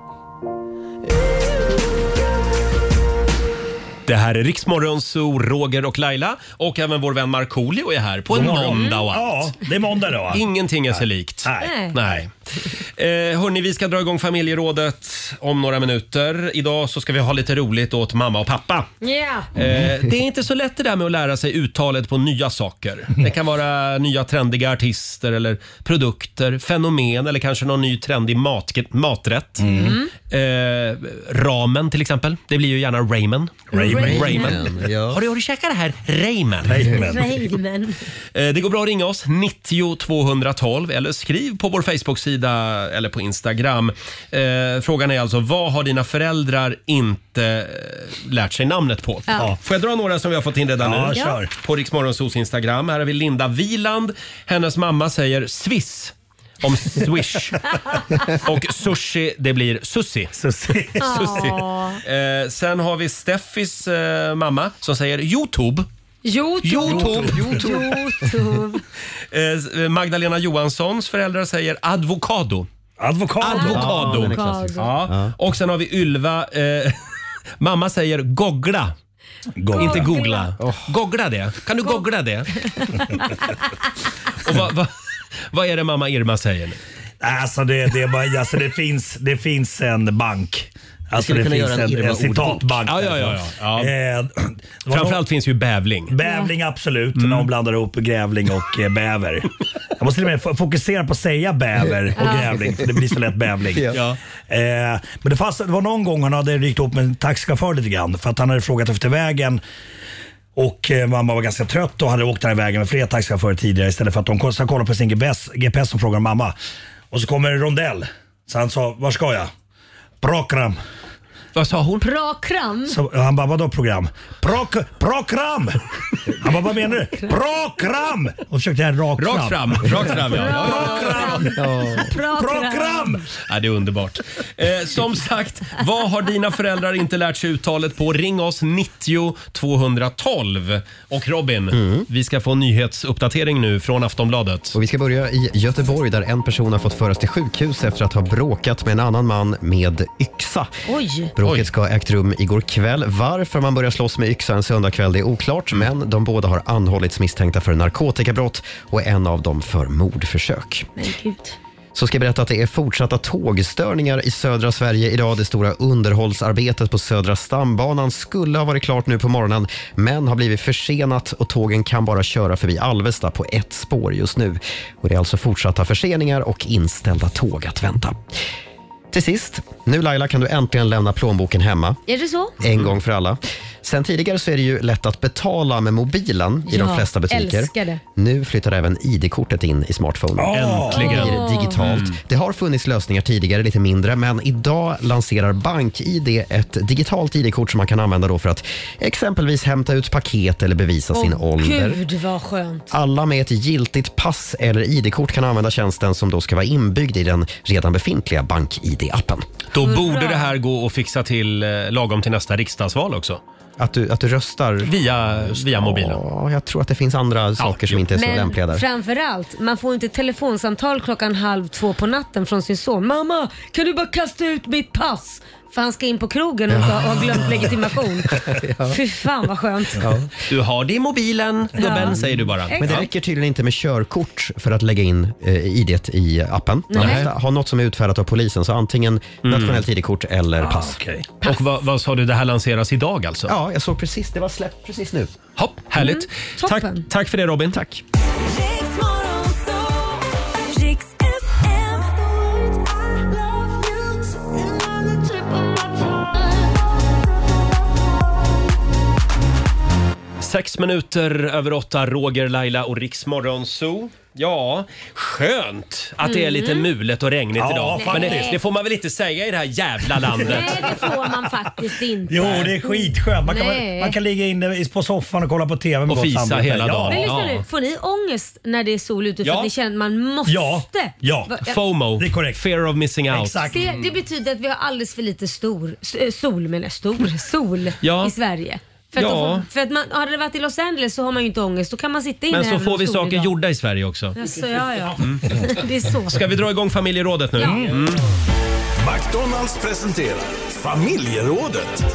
Det här är Riksmorgonzoo, Roger och Laila. Och även vår vän Markoolio är här på en God morgon. måndag och allt. Ja, det är måndag då. va? Ingenting är sig likt. Nej. Nej. Eh, hörni, vi ska dra igång familjerådet om några minuter. Idag så ska vi ha lite roligt åt mamma och pappa. Ja. Eh, det är inte så lätt det där med att lära sig uttalet på nya saker. Det kan vara nya trendiga artister eller produkter, fenomen eller kanske någon ny trendig mat, maträtt. Eh, ramen till exempel. Det blir ju gärna ramen. Ramen. Ramen. Ja. Har du, har du käkat det här? Ramen. Ramen. Raven. Eh, Det går bra att ringa oss, nittio tvåhundratolv eller skriv på vår Facebook-sida eller på Instagram. Eh, frågan är alltså, vad har dina föräldrar inte eh, lärt sig namnet på? Ja. Får jag dra några som vi har fått in redan Ja, nu? kör. På Riksmorgonsos Instagram. Här har vi Linda Viland. Hennes mamma säger Swiss om Swish. Och sushi, det blir sushi. Susie. sushi. Eh, sen har vi Steffis eh, mamma som säger YouTube. YouTube. YouTube. YouTube. Eh, Magdalena Johanssons föräldrar säger advokado. Advokado. Advokado. Ja, den är klassisk. Ja. Och sen har vi Ylva. Eh, mamma säger googla. Googla. Inte googla. Googla det. Kan du googla det? Och vad va, va är det mamma Irma säger nu? Alltså det, det, är bara, alltså det, finns, det finns en bank. Alltså det kunna finns göra en en, Irma en citatbank. Ja, ja, ja, ja. Ja. Eh, Framförallt finns ju bävling. Bävling absolut, när de blandar ihop grävling och eh, bäver. Jag måste till och med f- fokusera på att säga bäver och grävling, för det blir så lätt bävling. Ja. Eh, men det, fanns, det var någon gång han hade ryckt upp med en taxichaufför lite grann, för att han hade frågat efter vägen. Och eh, mamma var ganska trött och hade åkt den här vägen med flera taxichaufförer tidigare, istället för att de ska kolla på sin G P S, G P S och frågar mamma. Och så kommer rondell. Så han sa, var ska jag? Program. Vad sa hon? Program. Så han bara, vadå program? Prok, program! Han bara, vad menar du? Program! Och försökte jag rakt fram. Rakt fram. Rakt fram, ja. Ja, ja, ja. Program! Program! Ja, det är underbart. Eh, som sagt, vad har dina föräldrar inte lärt sig uttalet på? Ring oss nittio tvåhundratolv. Och Robin, mm. vi ska få en nyhetsuppdatering nu från Aftonbladet. Och vi ska börja i Göteborg där en person har fått föras till sjukhus efter att ha bråkat med en annan man med yxa. Oj. Bråket ska ha ägt rum igår kväll. Varför man börjar slåss med yxa en söndagkväll det är oklart, men de båda har anhållits misstänkta för narkotikabrott och en av dem för mordförsök. Men gud. Så ska jag berätta att det är fortsatta tågstörningar i södra Sverige idag. Det stora underhållsarbetet på södra stambanan skulle ha varit klart nu på morgonen, men har blivit försenat och tågen kan bara köra förbi Alvesta på ett spår just nu. Och det är alltså fortsatta förseningar och inställda tåg att vänta. Till sist, nu Laila kan du äntligen lämna plånboken hemma. Är det så? En gång för alla. Sen tidigare så är det ju lätt att betala med mobilen i ja, de flesta butiker. Älskar det. Nu flyttar även I D-kortet in i smartphonen. Oh. Äntligen. Det blir digitalt. Mm. Det har funnits lösningar tidigare, lite mindre, men idag lanserar BankI D ett digitalt I D-kort som man kan använda då för att exempelvis hämta ut paket eller bevisa oh, sin ålder. Gud vad skönt. Alla med ett giltigt pass eller I D-kort kan använda tjänsten som då ska vara inbyggd i den redan befintliga BankI D-appen. Då borde det här gå att fixa till eh, lagom till nästa riksdagsval också. Att du, att du röstar via, via mobilen. Ja, jag tror att det finns andra ja, saker som jo. inte är så men lämpliga där. Framförallt, man får inte telefonsamtal klockan halv två på natten från sin son. Mamma, kan du bara kasta ut mitt pass? För han ska in på krogen och ja. har glömt legitimation. ja. Fy fan vad skönt. Ja. Du har det i mobilen, gubben, ja. säger du bara. Men det räcker tydligen inte med körkort för att lägga in eh, I D i appen. Man måste ha något som är utfärdat av polisen, så antingen mm. nationellt I D-kort eller pass. Ah, okay. pass. Och vad, vad sa du, det här lanseras idag alltså? Ja, jag såg precis, det var släppt precis nu. Hopp, härligt. Mm. Tack, tack för det Robin. Tack. Sex minuter över åtta, Roger, Laila och Riks Morgonzoo. Ja, skönt att det är lite mulet och regnigt ja, idag. Men det, det får man väl inte säga i det här jävla landet. Nej, det får man faktiskt inte. Jo, det är skitskönt. Man kan, man kan ligga inne på soffan och kolla på T V med och fisa hela dagen. Men lyssna nu, får ni ångest när det är sol ute för ja. att ni känner att man måste? Ja, ja. FOMO, det är korrekt. Fear of missing out. Exakt. Det, det betyder att vi har alldeles för lite stor, sol, men stor sol ja. i Sverige. För att, ja. får, för att man, hade det varit i Los Angeles så har man ju inte ångest. Då kan man sitta inne. Men så får vi saker idag. gjorda i Sverige också. Alltså, ja, ja. Mm. Det är så. Ska vi dra igång familjerådet nu? Ja. Mm. McDonalds presenterar familjerådet.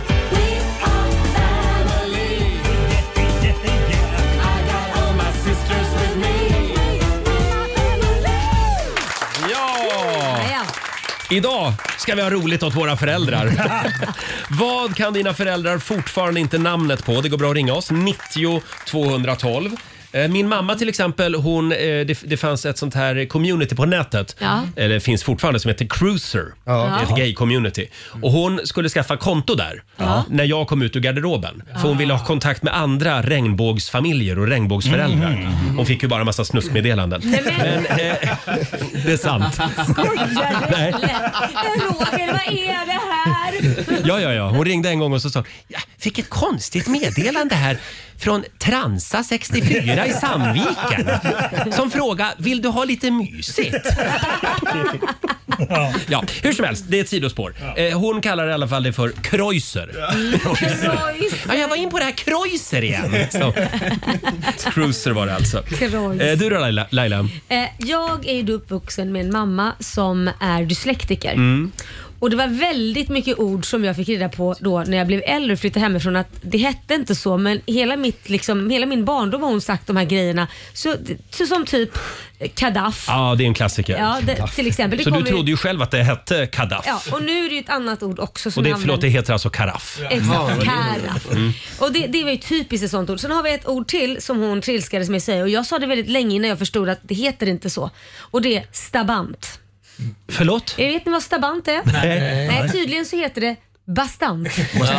Idag ska vi ha roligt åt våra föräldrar. Vad kan dina föräldrar fortfarande inte namnet på? Det går bra att ringa oss. nittio tvåhundratolv. Min mamma till exempel, hon, det, det fanns ett sånt här community på nätet. Ja. Eller det finns fortfarande som heter Cruiser. Ja. Ett gay-community. Och hon skulle skaffa konto där. Ja. När jag kom ut ur garderoben. För hon ville ha kontakt med andra regnbågsfamiljer och regnbågsföräldrar. Mm. Hon fick ju bara en massa snuskmeddelanden. Men, men eh, det är sant. Skojar du? Nej. Roger, vad är det här? Ja, ja, ja. Hon ringde en gång och så sa jag fick ett konstigt meddelande här från Transa sextiofyra i Sandviken som fråga, vill du ha lite mysigt? Ja, hur som helst, det är ett sidospår. Eh, hon kallar i alla fall det för kreuser. Ja, jag var in på det här kreuser igen. Så. Cruiser var det alltså. Eh, du då Laila? Laila? Eh, jag är ju uppvuxen med en mamma som är dyslektiker. Mm. Och det var väldigt mycket ord som jag fick reda på då när jag blev äldre och flyttade hemifrån att det hette inte så, men hela, mitt, liksom, hela min barndom har hon sagt de här grejerna. Så, så som typ kadaff. Ja, det är en klassiker. Ja, det, till exempel. Det så du kommer... trodde ju själv att det hette kadaff. Ja, och nu är det ju ett annat ord också. Som och det, använder... förlåt, det heter alltså karaff. Exakt, karaff. Mm. Och det, det var ju typiskt ett sånt ord. Sen har vi ett ord till som hon trilskades med att säga och jag sa det väldigt länge innan jag förstod att det heter inte så. Och det är stabant. Förlåt? Jag vet ni vad stabant är? Nej. Nej, tydligen så heter det bastant.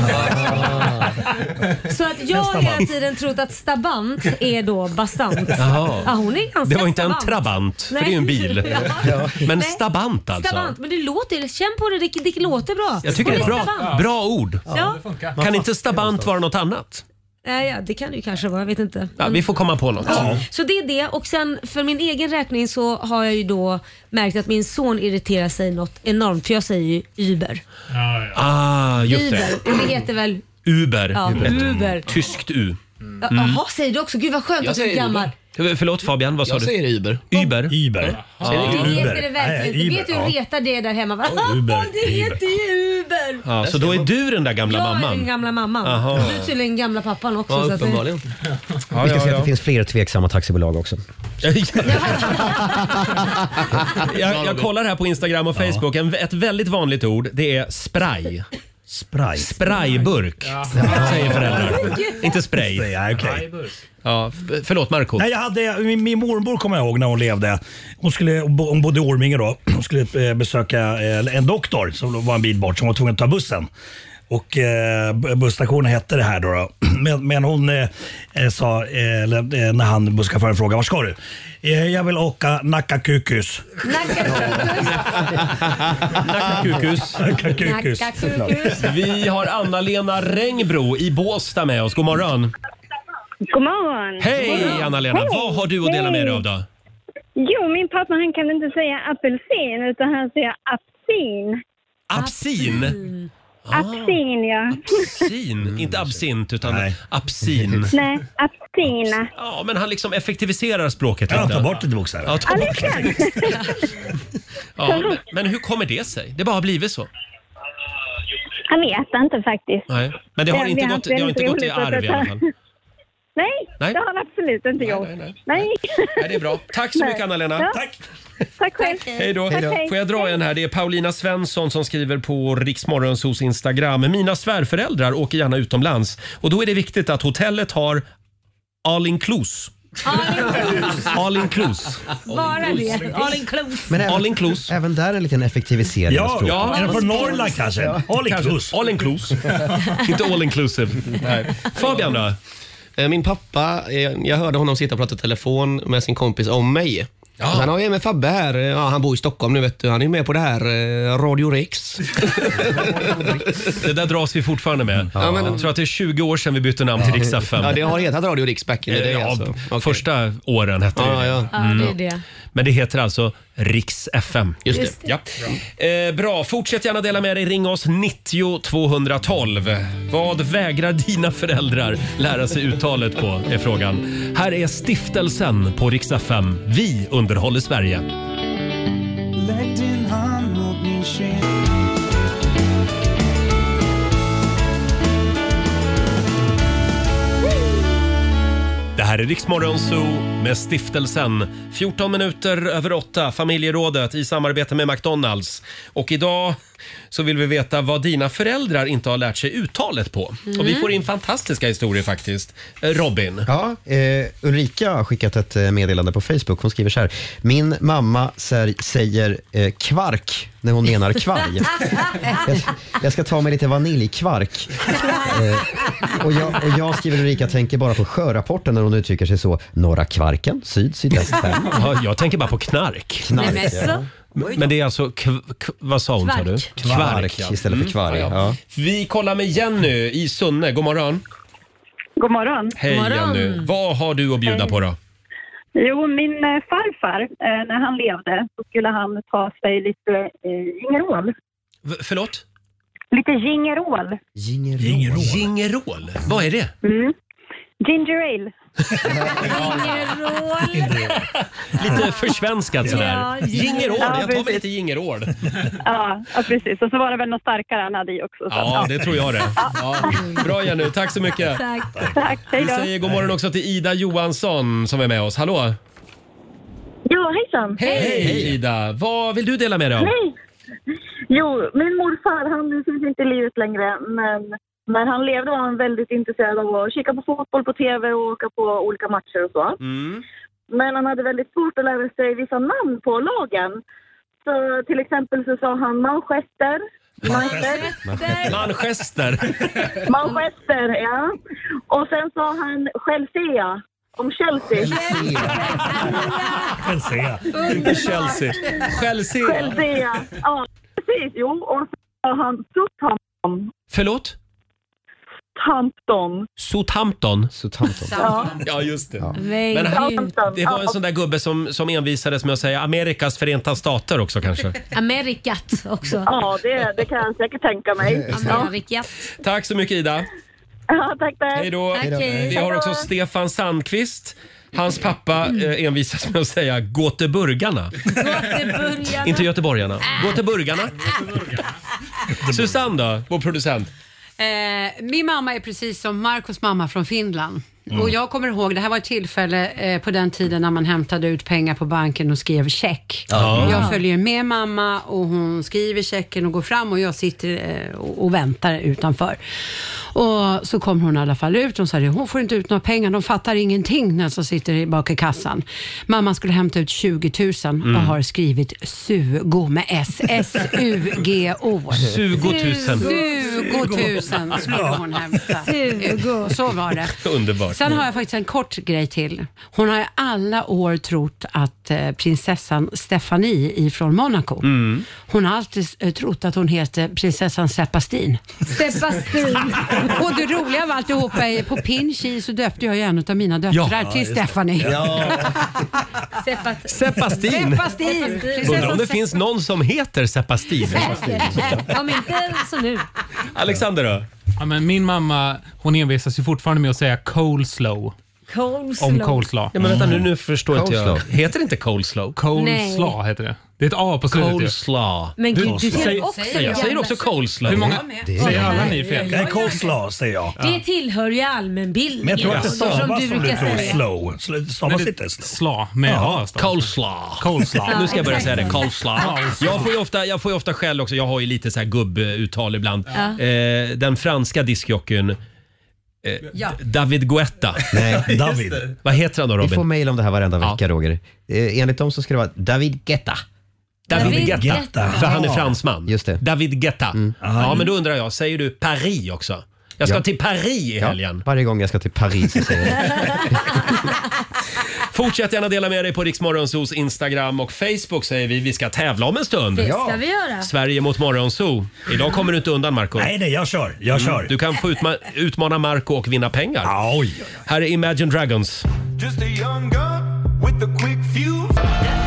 Så att jag har hela tiden trott att stabant är då bastant. Jaha. Ja, hon är ganska det var inte stabant. en trabant, för Nej. det är ju en bil. Ja. Men Nej. stabant alltså. Stabant, men det låter, känn på det, det, det låter bra. Jag tycker det är bra, Stabant. bra ord. Ja. Kan inte stabant vara något annat? Ja, ja, det kan det ju kanske vara, jag vet inte. Ja, vi får komma på något. Ja. Så det är det, och sen för min egen räkning så har jag ju då märkt att min son irriterar sig något enormt, för jag säger ju Uber. Ja, ja. Ah, just Uber, det. det heter väl Uber. Ja, Uber. Tyskt U. Ja, Jaha, säger du också? Gud vad skönt Jag att du är säger gammal. Förlåt Fabian, vad sa Jag du? säger Uber. Uber? Uber. Ja. Det heter det verkligen Nej, inte. Uber, Vet du hur ja. retar det där hemma? Va? Uber, det Uber. heter ju Uber. Ja, så då är du den där gamla Jag är den mamman? gamla mamman. Aha. Du är tydligen gamla pappan också. Ja, så att det... uppenbarligen. Ja, Vi ska ja, säga att ja. det finns fler tveksamma taxibolag också. jag, jag kollar här på Instagram och Facebook. En, ett väldigt vanligt ord, det är spray. Spray. Sprayburk, säger föräldrar. Inte spray. Spray, ja, okej. Ja, f- förlåt Marco. Nej, jag hade, min, min mormor kommer jag ihåg när hon levde. Hon, skulle, hon bodde i Orminge då. Hon skulle eh, besöka eh, en doktor som var en bit bort som var tvungen att ta bussen. Och eh, bussstationen hette det här då. då. Men, men hon eh, sa eh, eller, när han busschauffören frågade, var ska du? Eh, jag vill åka Nacka Kukus. Nacka Kukus. Nacka Kukus. Vi har Anna-Lena Rengbro i Båstad med oss. God morgon. God morgon. Hej Anna-Lena, Hej. vad har du att dela med dig av då? Jo, min pappa han kan inte säga apelsin utan han säger apsin. Apsin? Apsin, ja. Apsin, inte absint utan Nej. apsin. Nej, apsina. Ja, men han liksom effektiviserar språket Ja, lite. ta bort lite bokstäver. Ja, ta Ja, bort det det. kan. Ja, men, men hur kommer det sig? Det bara har blivit så. Jag vet inte faktiskt. Nej. Men det har Det- inte det gått, har det har inte inte gått i roligt att arv i alla fall. Nej, Nej. det har han absolut inte gjort. nej, nej. Nej. Nej, det är bra. Tack så Nej. mycket Anna-Lena. Ja. Tack. Tack själv. Hej då. Hej då. Får jag dra en här? Det är Paulina Svensson som skriver på Riksmorgonsos Instagram. Mina svärföräldrar åker gärna utomlands och då är det viktigt att hotellet har all inclusive. All inclusive. Bara det. All inclusive. Men även, All inclusive. även där en liten effektivisering av Ja, språket. ja. Är det från Norrland kanske? All inclusive. All inclusive. Inte all inclusive. Nej. Fabian då? Eh, Min pappa, eh, jag hörde honom sitta och prata i telefon med sin kompis om mig. Ja. Och han har ju med Fabbe här, ja, han bor i Stockholm nu vet du, han är med på det här eh, Radio Rex. Det där dras vi fortfarande med. Ja, men- Jag tror att det är tjugo år sedan vi bytte namn till Rix F M. Ja, det har hetat Radio Rex back in the day Ja, alltså. Okej. första åren hette det. Ja, ja. Ja, det är det. Men det heter alltså Rix F M. Just det. Just det. Ja. Eh, bra, fortsätt gärna dela med dig. Ring oss nittio tvåhundratolv. Vad vägrar dina föräldrar lära sig uttalet på är frågan. Här är Stiftelsen på Rix F M. Vi underhåller Sverige. Lägg din hand mot min kind. Det här är Rix Morgon Zoo med Stiftelsen. fjorton minuter över åtta, familjerådet i samarbete med McDonalds. Och idag så vill vi veta vad dina föräldrar inte har lärt sig uttalet på. Och vi får in fantastiska historier faktiskt. Eh, Robin. Ja, eh, Ulrika har skickat ett eh, meddelande på Facebook. Hon skriver så här. Min mamma sär, säger eh, kvark när hon menar kvarg. jag, jag ska ta mig lite vaniljkvark. Eh, och, jag, och jag skriver Ulrika tänker bara på sjörapporten när hon uttrycker sig så. Norra kvarken, syd, sydväst fem. Ja, jag tänker bara på knark. Knark, Nej, men ja. så. Men det är alltså, kv, k, vad sa hon sa du? Kvark ja. istället för kvarg. Mm. Ja. Vi kollar med Jenny i Sunne. God morgon. God morgon. Hej God morgon. Jenny. Vad har du att bjuda på då? Jo, min eh, farfar, eh, när han levde, så skulle han ta sig lite eh, gingerol. V- förlåt? Lite gingerol. Gingerol. Gingerol? Vad är det? Mm. Ginger ale. Lite försvenskat sådär. Ja, Gingerol, ja, jag tar mig precis. lite gingerol. Ja, ja, precis. Och så var det väl något starkare han hade i också. Så. Ja, det tror jag det. Ja. Bra Jenny, tack så mycket. Tack. Tack, hej Vi då. säger god morgon också till Ida Johansson som är med oss. Hallå! Ja, hejsan. Hej Ida! Vad vill du dela med dig av? Hej. Jo, min morfar, han finns inte i livet längre, men när han levde var han väldigt intresserad av att kika på fotboll på tv och åka på olika matcher och så. Mm. Men han hade väldigt svårt att lära sig vissa namn på lagen. Så till exempel så sa han Manchester. Manchester. Manchester. Manchester, ja. Och sen sa han Chelsea. Om Chelsea. Chelsea. Inte Chelsea. Chelsea. Chelsea. Ja, precis. Jo, och så sa han Southampton. Förlåt? Southampton. Southampton. Southampton. Ja. Ja, just det. Ja. Men han, det var en sån där gubbe som, som envisades med att säga Amerikas Förenta Stater också kanske. Amerikat också. Ja, det, det kan jag säkert tänka mig. Amerikat. Tack så mycket Ida. Ja, tack, tack. Hej då. Tack, hej. Vi har också Stefan Sandqvist. Hans pappa eh, envisas med att säga Göteborgarna. Göteborgarna. Inte göteborgarna. Göteborgarna. Susanne då, vår producent. Eh, min mamma är precis som Marcos mamma från Finland. Mm. Och jag kommer ihåg, det här var ett tillfälle eh, på den tiden när man hämtade ut pengar på banken och skrev check. Ja. Jag följer med mamma och hon skriver checken och går fram och jag sitter eh, och, och väntar utanför. Och så kommer hon i alla fall ut och sa hon får inte ut några pengar, de fattar ingenting när som sitter bak i kassan. Mamma skulle hämta ut tjugo tusen Mm. och har skrivit Sugo med S, S U G O. tjugo tusen. tjugo tusen skulle hon hämta. Sugo. Så var det. Underbart. Sen har jag faktiskt en kort grej till. Hon har i alla år trott att eh, prinsessan Stephanie ifrån Monaco, Mm. hon har alltid eh, trott att hon heter prinsessan Sebastian. Sebastian. Och det roliga av alltihopa är på Pinchi så döpte jag ju en av mina döttrar Ja, till Stephanie. Ja. Sepat- Sebastian. Sebastian. Undrar om det finns någon som heter Sebastian. Om inte så nu. Alexander då? Ja, men min mamma, hon envisas ju fortfarande med att säga coleslaw. Coleslaw. Om coleslaw. Ja, men vänta nu, nu förstår inte Coleslaw. jag. Heter det inte coleslaw? Coleslaw heter det. Det är ett A på slutet ju. Coleslaw. Men Du- gud, du säg- säger också Ja, jag säger också coleslaw. Hur många Det säger är, alla ni fel? Nej, coleslaw säger jag. Det tillhör ju allmänbildningen. Men jag tror att det som stavas du som du brukar tror säga. slow. Sl- Stavas inte slow. Sla med Ja. A. står det. Coleslaw. Coleslaw. Nu ska jag börja säga det. Coleslaw. Jag får ju ofta, jag får ju ofta skäll också. Jag har ju lite så här gubbuttal ibland. Eh, den franska diskjockeyn eh, Ja. David Guetta. nej. David. Vad heter han då Vi får Robin? mejl om det här varenda Ja. vecka, Roger. Eh, enligt dem så ska det vara David Guetta. David David Guetta. Guetta. För han är Ja. fransman. Just det. David Guetta. Ja, men då undrar jag, säger du Paris också? Jag ska Ja. till Paris i helgen. Varje gång jag ska till Paris så säger jag Fortsätt gärna dela med dig på Rix Morgonzoos Instagram och Facebook säger vi. Vi ska tävla om en stund. Det ska vi göra. Sverige mot Morgonzoo. Idag kommer du inte undan Marco. Nej, nej, jag kör. Jag kör. Du kan få utma- utmana Marco och vinna pengar. Ja, oj, oj, oj. Här är Imagine Dragons. Just a young gun with a quick fuse.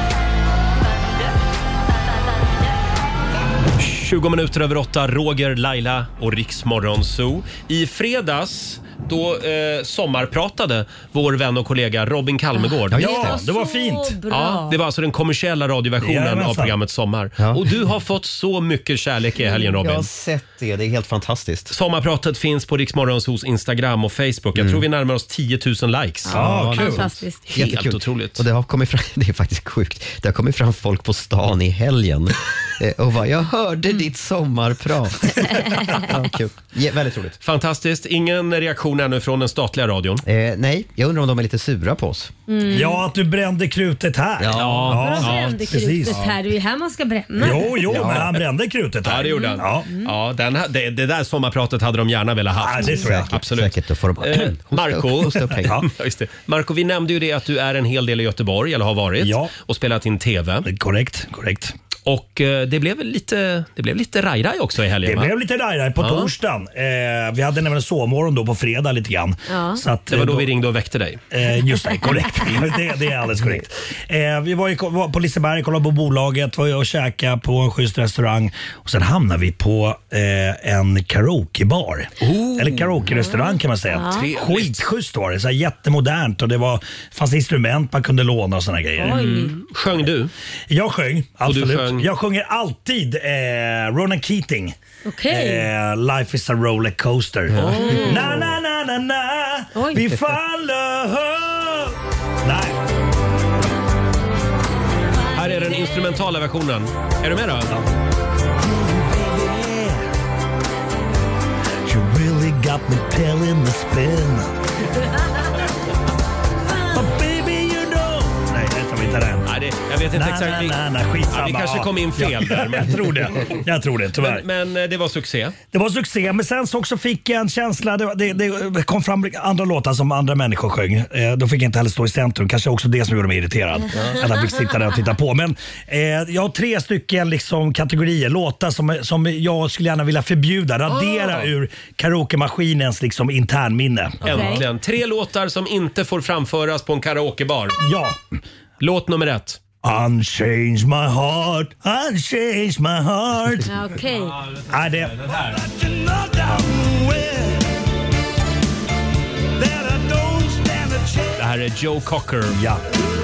tjugo minuter över åtta, Roger, Laila och Rix Morgonzoo. I fredags då eh, sommarpratade vår vän och kollega Robin Kalmegård. Ja, det var fint. Så bra. Ja, det var alltså den kommersiella radioversionen Jajamensan. av programmet Sommar. Ja. Och du har fått så mycket kärlek i helgen Robin. Jag har sett det, det är helt fantastiskt. Sommarpratet finns på Rix Morgonzoos Instagram och Facebook. Jag tror vi närmar oss tio tusen likes. Ja, kul. Fantastiskt. Helt Jättekul. otroligt. Och det har kommit fram, det är faktiskt sjukt. Det har kommit fram folk på stan i helgen eh, och bara, jag hörde ditt sommarprat. Ja, kul. Ja, väldigt roligt. Fantastiskt. Ingen reaktion ännu från den statliga radion. Eh, nej, jag undrar om de är lite sura på oss. Ja, att du brände krutet här. Ja. Vadå ja brände precis. krutet här? Det är ju här man ska bränna. Jo, jo, men han brände krutet här. Ja, det gjorde han. Ja. Ja, den, här- det, det där sommarpratet hade de gärna velat haft. Ja, det tror jag. Absolut. Säkert, då får de Eh, hosta Marco, upp- hosta upp pengar. ja, just det. Marco, vi nämnde ju det att du är en hel del i Göteborg, eller har varit, Ja. och spelat in T V. Korrekt, korrekt. Och eh, det blev väl lite, det blev lite raj-raj också i helgen, Det va? blev lite raj-raj på Ja. torsdagen. Eh, vi hade nämligen sovmorgon då på fredag lite grann. Ja. Så att, Det var då eh, vi ringde och väckte dig. Eh, just det, korrekt. det, det är alldeles korrekt. Eh, vi var, i, var på Liseberg, kollade på bolaget, var och käkade på en schysst restaurang. Och sen hamnade vi på eh, en karaokebar. Oh. Eller karaoke-restaurang kan man säga. Ja. Skitschysst var det. Så här, jättemodernt och det var, fanns instrument man kunde låna och såna grejer. Oj. Sjöng du? Jag sjöng, absolut. sjöng? Jag sjunger alltid eh, Ronan Keating. Okej. Eh, Life is a roller coaster. Na, na, na, na, na. Oj. Vi faller. Nej. Här är den instrumentala versionen. Är du med då? You really got me telling the spin. But baby you know. Nej, det tar vi inte den. Nej, det, jag vet inte Na, exakt. Vi, na, na, na, skitsamma. ja, vi kanske kom in fel Ja, där. Men, Jag tror det. Jag tror det, tyvärr. men, men det var succé. Det var succé, men sen så också fick jag en känsla, det, det, det kom fram andra låtar som andra människor sjöng. Eh, de fick inte heller stå i centrum, kanske också det som gjorde mig irriterad. Att jag fick sitta där och titta på. Men eh, jag har tre stycken liksom, kategorier, låtar som, som jag skulle gärna vilja förbjuda, radera Oh. ur karaokemaskinens liksom, internminne. Äntligen. Tre låtar som inte får framföras på en karaokebar. Ja. Låt nummer ett. Unchange my heart, unchange my heart. Ja, okej. Nej, det... Det här är Joe Cocker. Ja.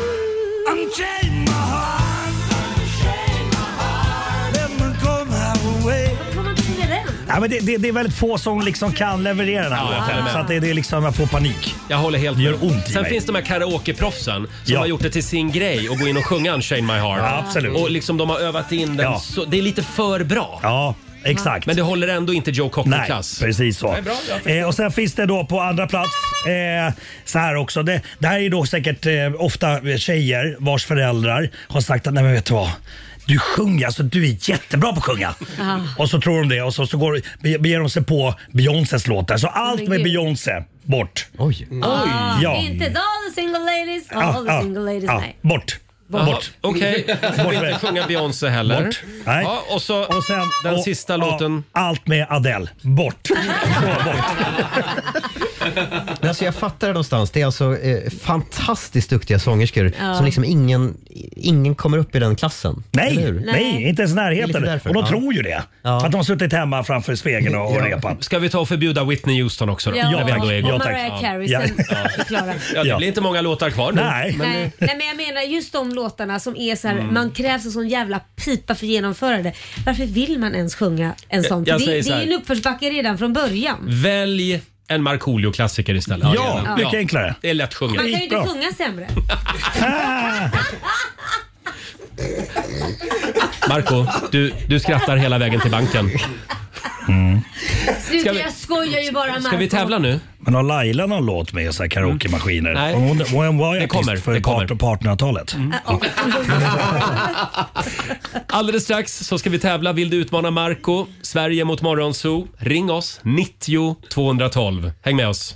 Får man inte sjunga den? Ja, men det, det, det är väldigt få som liksom kan leverera den här Ja, jag håller låten. med. Så att det, det är liksom, jag får panik. Jag håller helt Det gör med. ont i Sen mig. finns de här karaokeproffsen som Ja. har gjort det till sin grej och gå in och sjunga Unchain My Heart. Ja, absolut. Och liksom de har övat in den. Ja. Så, det är lite för bra. Ja, exakt. Men det håller ändå inte Joe Nej, Cocker-klass. precis så. Nej, bra, jag förstår. eh, och sen finns det då på andra plats eh, så här också. Det, det här är då säkert eh, ofta tjejer vars föräldrar har sagt att nej men vet du vad? Du sjunger, alltså du är jättebra på att sjunga. Aha. Och så tror de det och så, så går, be- beger de sig på Beyoncés låtar. Så allt Men med gud. Beyoncé, bort. Oj. Ah, Ja. Inte all the single ladies, all Ja, the ja, single ladies, ja, nej. bort. Jaha, Bort. Okej, får Bort vi med inte det. sjunga Beyoncé heller. Bort. Nej. Ja, och så Och sen, den och, sista ja, låten. Allt med Adele, bort. Så, bort. Men alltså jag fattar det någonstans. Det är alltså eh, fantastiskt duktiga sångerskor Ja. som liksom ingen, ingen kommer upp i den klassen. Nej, Eller hur? nej, inte ens i Det är närheten. lite därför, Och de ja. tror ju det. Ja. För att de har suttit hemma framför spegeln och, och repat. Ska vi ta och förbjuda Whitney Houston också då? Ja, När vi ändå är och igång. Ja, tack. Mariah Carey, Ja. sen är vi klara. Ja, det Ja. blir inte många låtar kvar nu. Nej. Nej, nej men jag menar just de låtarna som är så här, man krävs en sån jävla pipa för att genomföra det. Varför vill man ens sjunga en sån? För jag det, säger det så är här. ju en uppförsbacke redan från början. Välj en Markoolio-klassiker istället. Ja, gärna. mycket enklare. Det är lätt sjunga. Man kan ju inte Bra. sjunga sämre. Marco, du, du skrattar hela vägen till banken. Sluta, Ska vi- jag skojar ju bara Marco. Ska vi tävla nu? Men har Laila någon låt med så här karaoke-maskiner? Nej. Hon, hon var ju Det artist kommer, för det kommer. part- på artonhundratalet. Alldeles strax så ska vi tävla. Vill du utmana Marco? Sverige mot Morgonzoo. Ring oss, nittio tvåhundratolv. Häng med oss.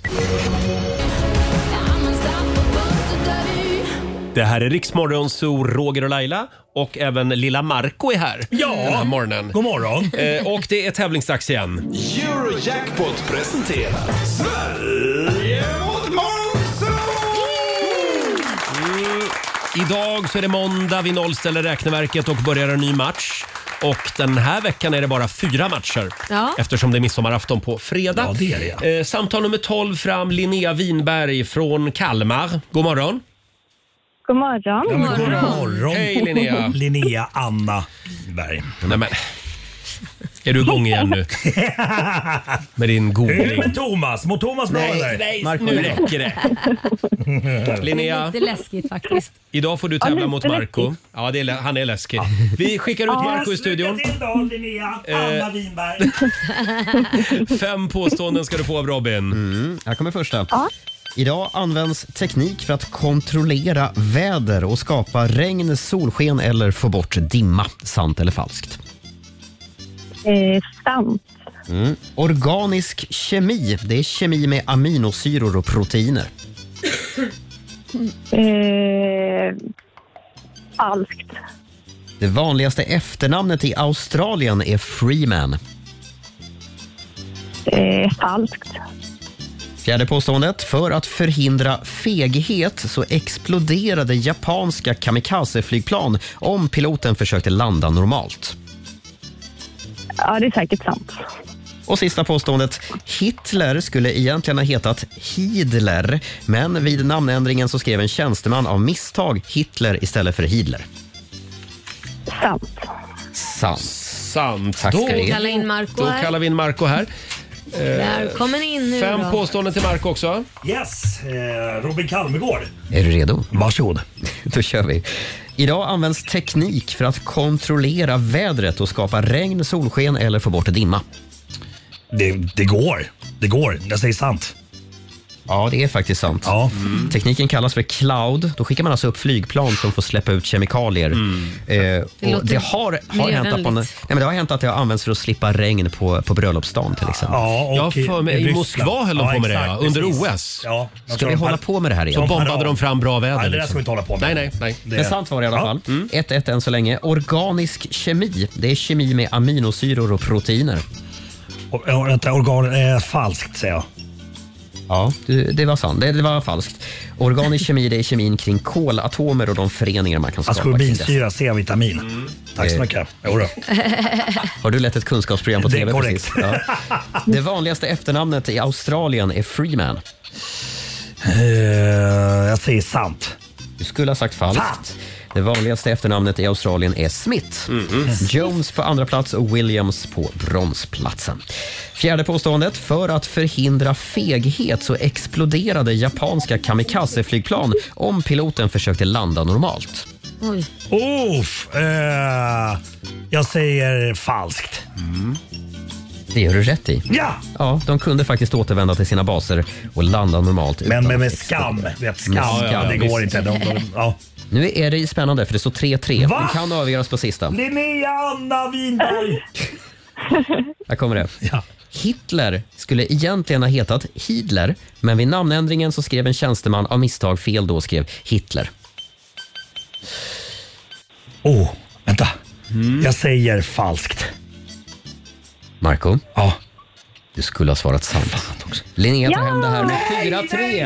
Det här är Rix Morgonzoo, Roger och Laila. Och även lilla Marco är här Ja. den här morgonen. God morgon. Eh, och det är tävlingsdags igen. Eurojackpot presenterar Sverige mot Morgonzoo! Idag så är det måndag, vi nollställer räkneverket och börjar en ny match. Och den här veckan är det bara fyra matcher. Ja. Eftersom det är midsommarafton på fredag. Ja, det är det. Eh, samtal nummer tolv fram, Linnea Winberg från Kalmar. God morgon. God morgon. Ja, men god morgon. Hej, Linnea. Linnea Anna Berg. Nej, men. Är du igång igen nu? Med din Hur är det googling. med Thomas? Mår Thomas bra eller? Nej, Marco, nu nej. räcker det. Det är Linnea, lite läskigt faktiskt. idag får du Ja, tävla lite mot Marco. Ja, det är, lä- han är läskig. Vi skickar ut Marco i studion. Lycka till då Linnea, Anna Winberg. Fem påståenden ska du få av Robin. Mm, här kommer första. Idag används teknik för att kontrollera väder och skapa regn, solsken eller få bort dimma. Sant eller falskt? Eh, sant. Mm. Organisk kemi, det är kemi med aminosyror och proteiner. Eh, falskt. Det vanligaste efternamnet i Australien är Freeman. Det är falskt. Fjärde påståendet. För att förhindra feghet så exploderade japanska kamikaze-flygplan om piloten försökte landa normalt. Ja, det är säkert sant. Och sista påståendet. Hitler skulle egentligen ha hetat Hidler, men vid namnändringen så skrev en tjänsteman av misstag Hitler istället för Hidler. Sant. Sant. Sant. Tack Då, ska du Kalla in Marco då här. kallar vi in Marco här. Där kommer ni in nu Fem då. påståenden till Marco också. Yes, eh, Robin Kalmegård. Är du redo? Varsågod. Då kör vi. Idag används teknik för att kontrollera vädret och skapa regn, solsken eller få bort dimma. Det, det går. Det går. Jag säger sant. Ja, det är faktiskt sant. Ja. Mm. Tekniken kallas för cloud. Då skickar man alltså upp flygplan som får släppa ut kemikalier. Mm. Eh, Det och det har, har, hänt att man, nej, men det har hänt att det har använts för att slippa regn på, på bröllopsdagen till exempel. Ja, och Ja, för mig, i Ryssland. Moskva höll de Ja, på med det, exakt, ja, under precis. O S. Ja, Ska vi hålla på med det här igen? Så Som bombade parad. de fram bra väder. Nej, det där liksom. ska vi inte hålla på med. Nej, nej, nej. Det- Men sant var det i alla Ja. fall. ett ett än så länge. Organisk kemi. Det är kemi med aminosyror och proteiner. Och, och, vänta, organ är falskt, säger jag. Ja, det, det var sant. Det, det var falskt. Organisk kemi, det är kemin kring kolatomer och de föreningar man kan skapa. Askorbinsyra, C-vitamin. Mm. Tack så mycket. Jo då. Har du lett ett kunskapsprogram på Det är T V korrekt. precis? Ja. Det vanligaste efternamnet i Australien är Freeman. Uh, jag säger sant. Du skulle ha sagt falskt. Det vanligaste efternamnet i Australien är Smith. Jones på andra plats och Williams på bronsplatsen. Fjärde påståendet. För att förhindra feghet så exploderade japanska kamikaze-flygplan om piloten försökte landa normalt. Oj. Uff, uh, jag säger falskt. Det gör du rätt i. Ja! Ja, de kunde faktiskt återvända till sina baser och landa normalt. Men utan med, med att skam. explodera. Vet, skam. Med Ja, skam, det visst. går inte. De, de, ja. Nu är det spännande för det står tre tre. Va? Det kan avgöras på sista. Linnea Anna Winberg. Här kommer det. Ja. Hitler skulle egentligen ha hetat Hidler, men vid namnändringen så skrev en tjänsteman av misstag fel då och skrev Hitler. Oh, vänta. Jag säger falskt. Marco, Ja. du skulle ha svarat sant. Linnea tar hem det här med fyra tre.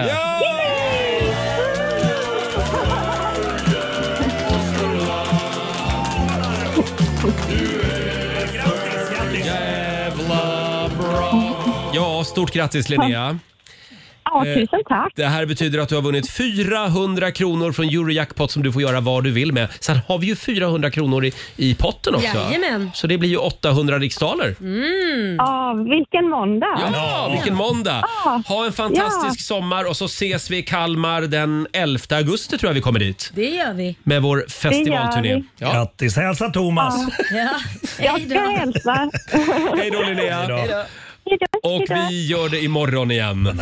Jävla bra. Ja, stort grattis Linnea. Ja, tusen tack. Det här betyder att du har vunnit fyrahundra kronor från Eurojackpot som du får göra vad du vill med. Sen har vi ju fyrahundra kronor i, i potten också. Jajamän. Så det blir ju åttahundra riksdaler. Ja, vilken måndag. Ja, vilken måndag. Ja. Ha en fantastisk sommar och så ses vi i Kalmar den elfte augusti tror jag vi kommer dit. Det gör vi. Med vår festivalturné. Det gör vi. Ja. Grattis, hälsa Thomas. Ja. Jag Hej ska då. hälsa. Hej då Linnea. Hej då. Hej då. Och Hej då. vi gör det imorgon igen.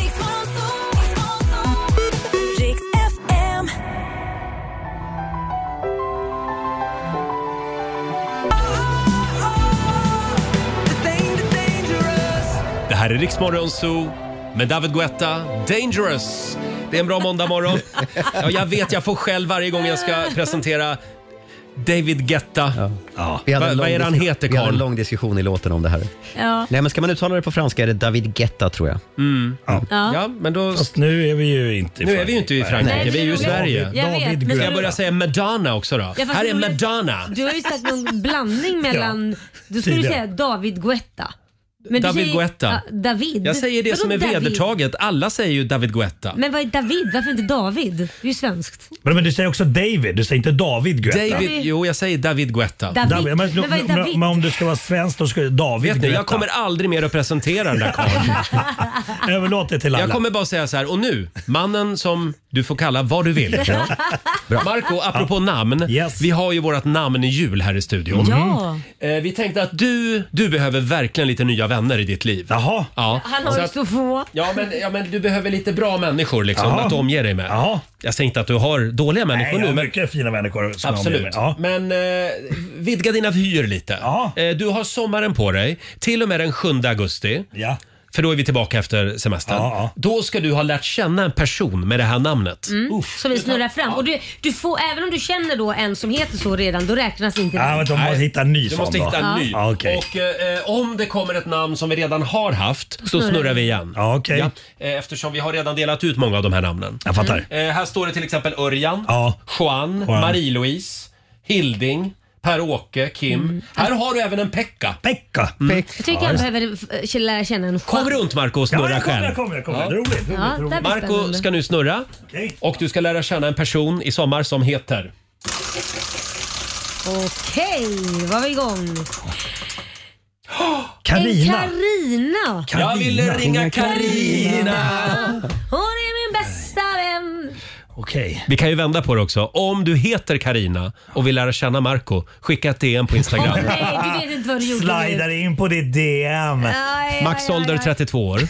Riks F M. Det här är Rix Morgon Zoo med David Guetta, Dangerous. Det är en bra måndag morgon. Ja, jag vet, jag får själv varje gång jag ska presentera David Guetta. Ja. Ja. Vi hade en Vad- lång vad är det han disku- heter, Vi hade en Carl? lång diskussion i låten om det här. Ja. Nej, men ska man uttala det på franska är det David Guetta tror jag. Ja. Ja, men då... Fast nu är vi ju inte i Nu är vi ju inte i Frankrike, Nej, vi är ju i det är Sverige. roligt. Jag vet, David men Ska Guetta. jag börja säga Madonna också då? Ja, fast Här är du- Madonna. Du har ju sagt någon blandning mellan... Du skulle ju Tydligen. säga David Guetta. Men du David säger, Guetta. Ja, David. Jag säger det Vadå som är David? vedertaget. Alla säger ju David Guetta. Men vad är David? Varför inte David? Det är ju svenskt. Men, men du säger också David, du säger inte David Guetta. David, jo, jag säger David Guetta. David. David. Men, Men vad är men, David? men om du ska vara svensk då ska David Vet ni, Guetta. jag kommer aldrig mer att presentera den där karln. Överlåt det till alla. Jag kommer bara säga så här, och nu, mannen som du får kalla vad du vill. Bra. Marco, apropå namn. Yes. Vi har ju vårt namnhjul här i studion. Ja. Eh, vi tänkte att du, du behöver verkligen lite nya vänner i ditt liv. Jaha. Ja. Han har Så ju att- så få. Ja men, ja, men du behöver lite bra människor liksom, Jaha. att omge dig med. Jaha. Jag säger inte att du har dåliga människor Nej, jag nu, har men mycket fina människor som jag omger absolut. mig. Ja. Men eh, vidga dina vyer lite. Ja. Eh, du har sommaren på dig, till och med den sjunde augusti. Ja. för då är vi tillbaka efter semestern. Ja, ja. Då ska du ha lärt känna en person med det här namnet. Mm. Så vi snurrar fram. Och du, du får, även om du känner då en som heter så redan, då räknas inte det. Ja, men de måste hitta en ny Du sån måste då. hitta en Ja. ny. Ja, okej. Och eh, om det kommer ett namn som vi redan har haft, så snurrar snurrar vi. vi igen. Ja, okej. eh, Eftersom vi har redan delat ut många av de här namnen. Jag fattar. Eh, här står det till exempel Örjan, Ja. Juan, Juan. Marie-Louise, Hilding, Per-Åke, Kim. Här har du även en Pekka. Pekka. Jag tycker jag behöver eh, lära känna en Kom chans. runt Marco och Ja, snurra jag kommer, själv. jag kommer, jag kommer. Ja. Det är roligt. roligt, Ja, roligt. där blir Marco spännande. ska nu snurra Okej. och du ska lära känna en person i sommar som heter... Okej, var vi igång. Carina. En Carina. Jag ville ringa Carina. Hon är min bästa vän. Okej. Vi kan ju vända på det också. Om du heter Carina och vill lära känna Marco, skicka ett D M på Instagram. Åh nej, du vet inte vad du gjorde Slidar nu. in på ditt D M. Aj, aj, Max aj, ålder aj. trettiotvå år.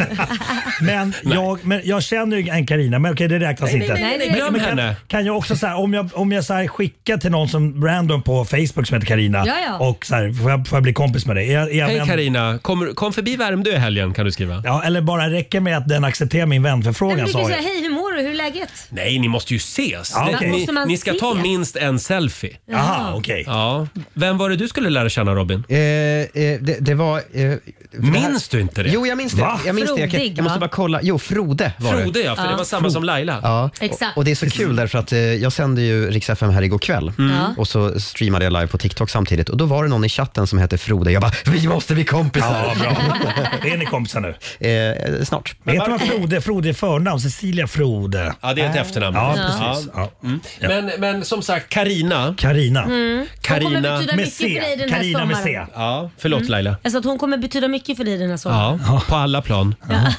Men jag, men jag känner ju en Carina, men okej, det räknas inte. nej, nej, Men- glöm men kan, henne. kan jag också så här, om jag, om jag så här skickar till någon som random på Facebook som heter Carina Ja, ja. och så här, får, jag, får jag bli kompis med dig? Är, är jag Hej vän- Carina, kom, kom förbi Värmdö i helgen kan du skriva. Ja, eller bara räcker med att den accepterar min vänförfrågan. Men du kan sa säga jag. hej, hur mår du? Hur är läget? Nej, ni måste ju ses. Ja, Det- okej. ni, Måste man ni ska ta ses? minst en selfie. Jaha, okej. Ja. Vem var det du skulle lära känna Robin? Eh, eh, det, det var... Eh, för det här- Minns du inte det? Jo, jag minns det. Va? Jag, minns det. jag, kan- Frodig, jag måste va? bara kolla. Jo, Frode var det. Frode ja, för det var samma som Laila. Ja, Exakt. och, och det är så kul därför att eh, jag sände ju Rix F M här igår kväll Ja. och så streamade jag live på TikTok samtidigt och då var det någon i chatten som hette Frode. Jag bara, vi måste bli kompisar. Ja, bra. Är ni kompisar nu? Eh, snart. Heter man Frode? Frode är förnamn. Cecilia Frode. Ja, det är ett efternamn. Ja, precis. Ja. Mm. Men, men som sagt, Carina. Carina. Hon kommer Carina betyda med mycket för C. dig den här Carina med sommaren. C. Ja, förlåt Laila. Alltså att hon kommer betyda mycket för dig den här sommaren. Ja, på alla plan.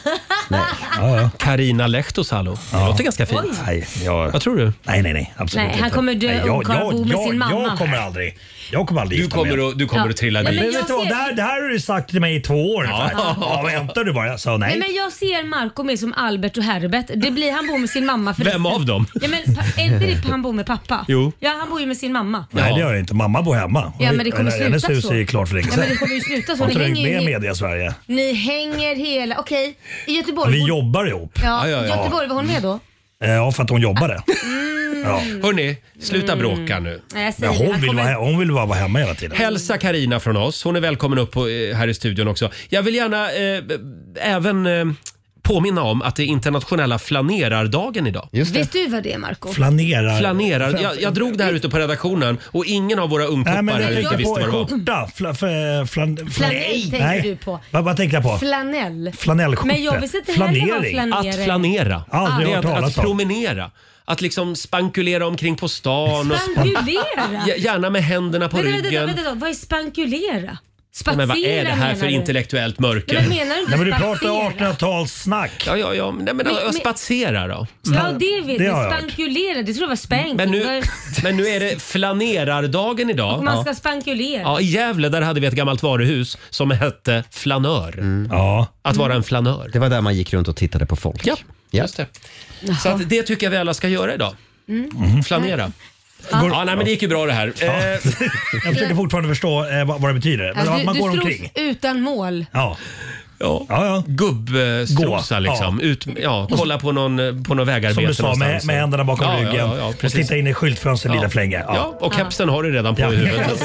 Ja, ja. Carina Lehtosalo. Det låter ganska fint. Nej, jag... Vad tror du? Nej, nej, nej. Absolut Nej, han inte. kommer dö Nej, jag, ungkarl bo med jag, sin mamma. Jag kommer aldrig... Jag kommer aldrig Du gifta mig. kommer, att, du kommer Ja. att trilla Ja, dit. men Men jag vet du vad, ser- det här, det här har du sagt till mig i två år ungefär. Ja, väntar du bara. Så nej. Nej, men jag ser Marco mer som Albert och Herbert. Det blir, han bor med sin mamma. För Vem av dem? Ja, men, pa- är inte det han bor med pappa? Jo. Ja, han bor ju med sin mamma. Nej, det gör jag inte. Mamma bor hemma. Ja, men det kommer Eller, hennes sluta hus så. är ju klart för länge Ja, men sedan. det kommer ju sluta så. Har Ni inte du hänger ju med he- media Sverige? Ni hänger hela... Okej, i Göteborg. Vi bor- jobbar ihop. Ja, Ja, ja, ja. Göteborg, var hon med då? Ja, för att hon jobbade. Ja. Hörni, sluta bråka nu. Nej, jag säger Men det. hon Han vill, kommer- vara, hon vill bara vara hemma hela tiden. Hälsa Carina från oss. Hon är välkommen upp på, eh, här i studion också. Jag vill gärna eh, även eh, påminna om att det är internationella flanerardagen idag. Just det. Vet du vad det är, Marco? Flanerar. Flanerar. Jag, jag drog det här ute på redaktionen och ingen av våra Nej, ungtuppar men här jag ute tänker visste på vad det var. skjorta. Fla, fla, flan, flan, Flanell tänker nej. du på. Vad, vad tänker jag på? Flanell. Flanellskjorta. Men jag visste inte heller vad Flanering. flanering. Att flanera. Aldrig det är hört att, talas att om. promenera. Att liksom spankulera omkring på stan. Och Spankulera? G- gärna med händerna på Vänta, vänta, ryggen. vänta, vänta, vad är spankulera? Ja, Spatsera men vad är det här menar för du? intellektuellt mörker? Nej, men menar du inte Nej, men du spatsera? pratar artonhundratalssnack. Ja, ja, ja. Nej, men, Men- men, men- spatsera då. Ja, det vet Det jag. har jag hört. Spankulera, det tror jag var spanking. Men nu, Vad- men nu är det flanerardagen idag. Och man ska spankulera. Ja, i Gävle där hade vi ett gammalt varuhus som hette Flanör. Ja. Att vara en flanör. Det var där man gick runt och tittade på folk. Ja, Ja. just det. Så att det tycker jag vi alla ska göra idag. Flanera. Går- Ja, nej, men det gick ju bra det här. Eh, Jag försöker fortfarande förstå eh, vad, vad det betyder. Men Ja, att du man du går slås omkring. utan mål. Ja. ja. Ja, ja. Gubbstrosa Gå. liksom. Ja. Ut, ja, kolla på någon, på någon vägarbete Som du sa, med, någonstans. med händerna bakom Ja, ja, ryggen ja, ja, och precis. titta in i skyltfönstret lite för länge. Ja, och kepsen har du redan på Ja. i huvudet.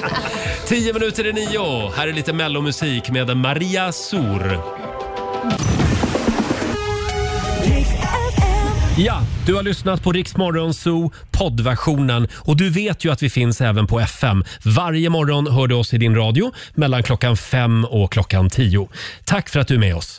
Tio minuter i nio. Här är lite mellomusik med Maria Sur. Ja, du har lyssnat på Rix Morgon Zoo poddversionen och du vet ju att vi finns även på F M. Varje morgon hör du oss i din radio mellan klockan fem och klockan tio. Tack för att du är med oss.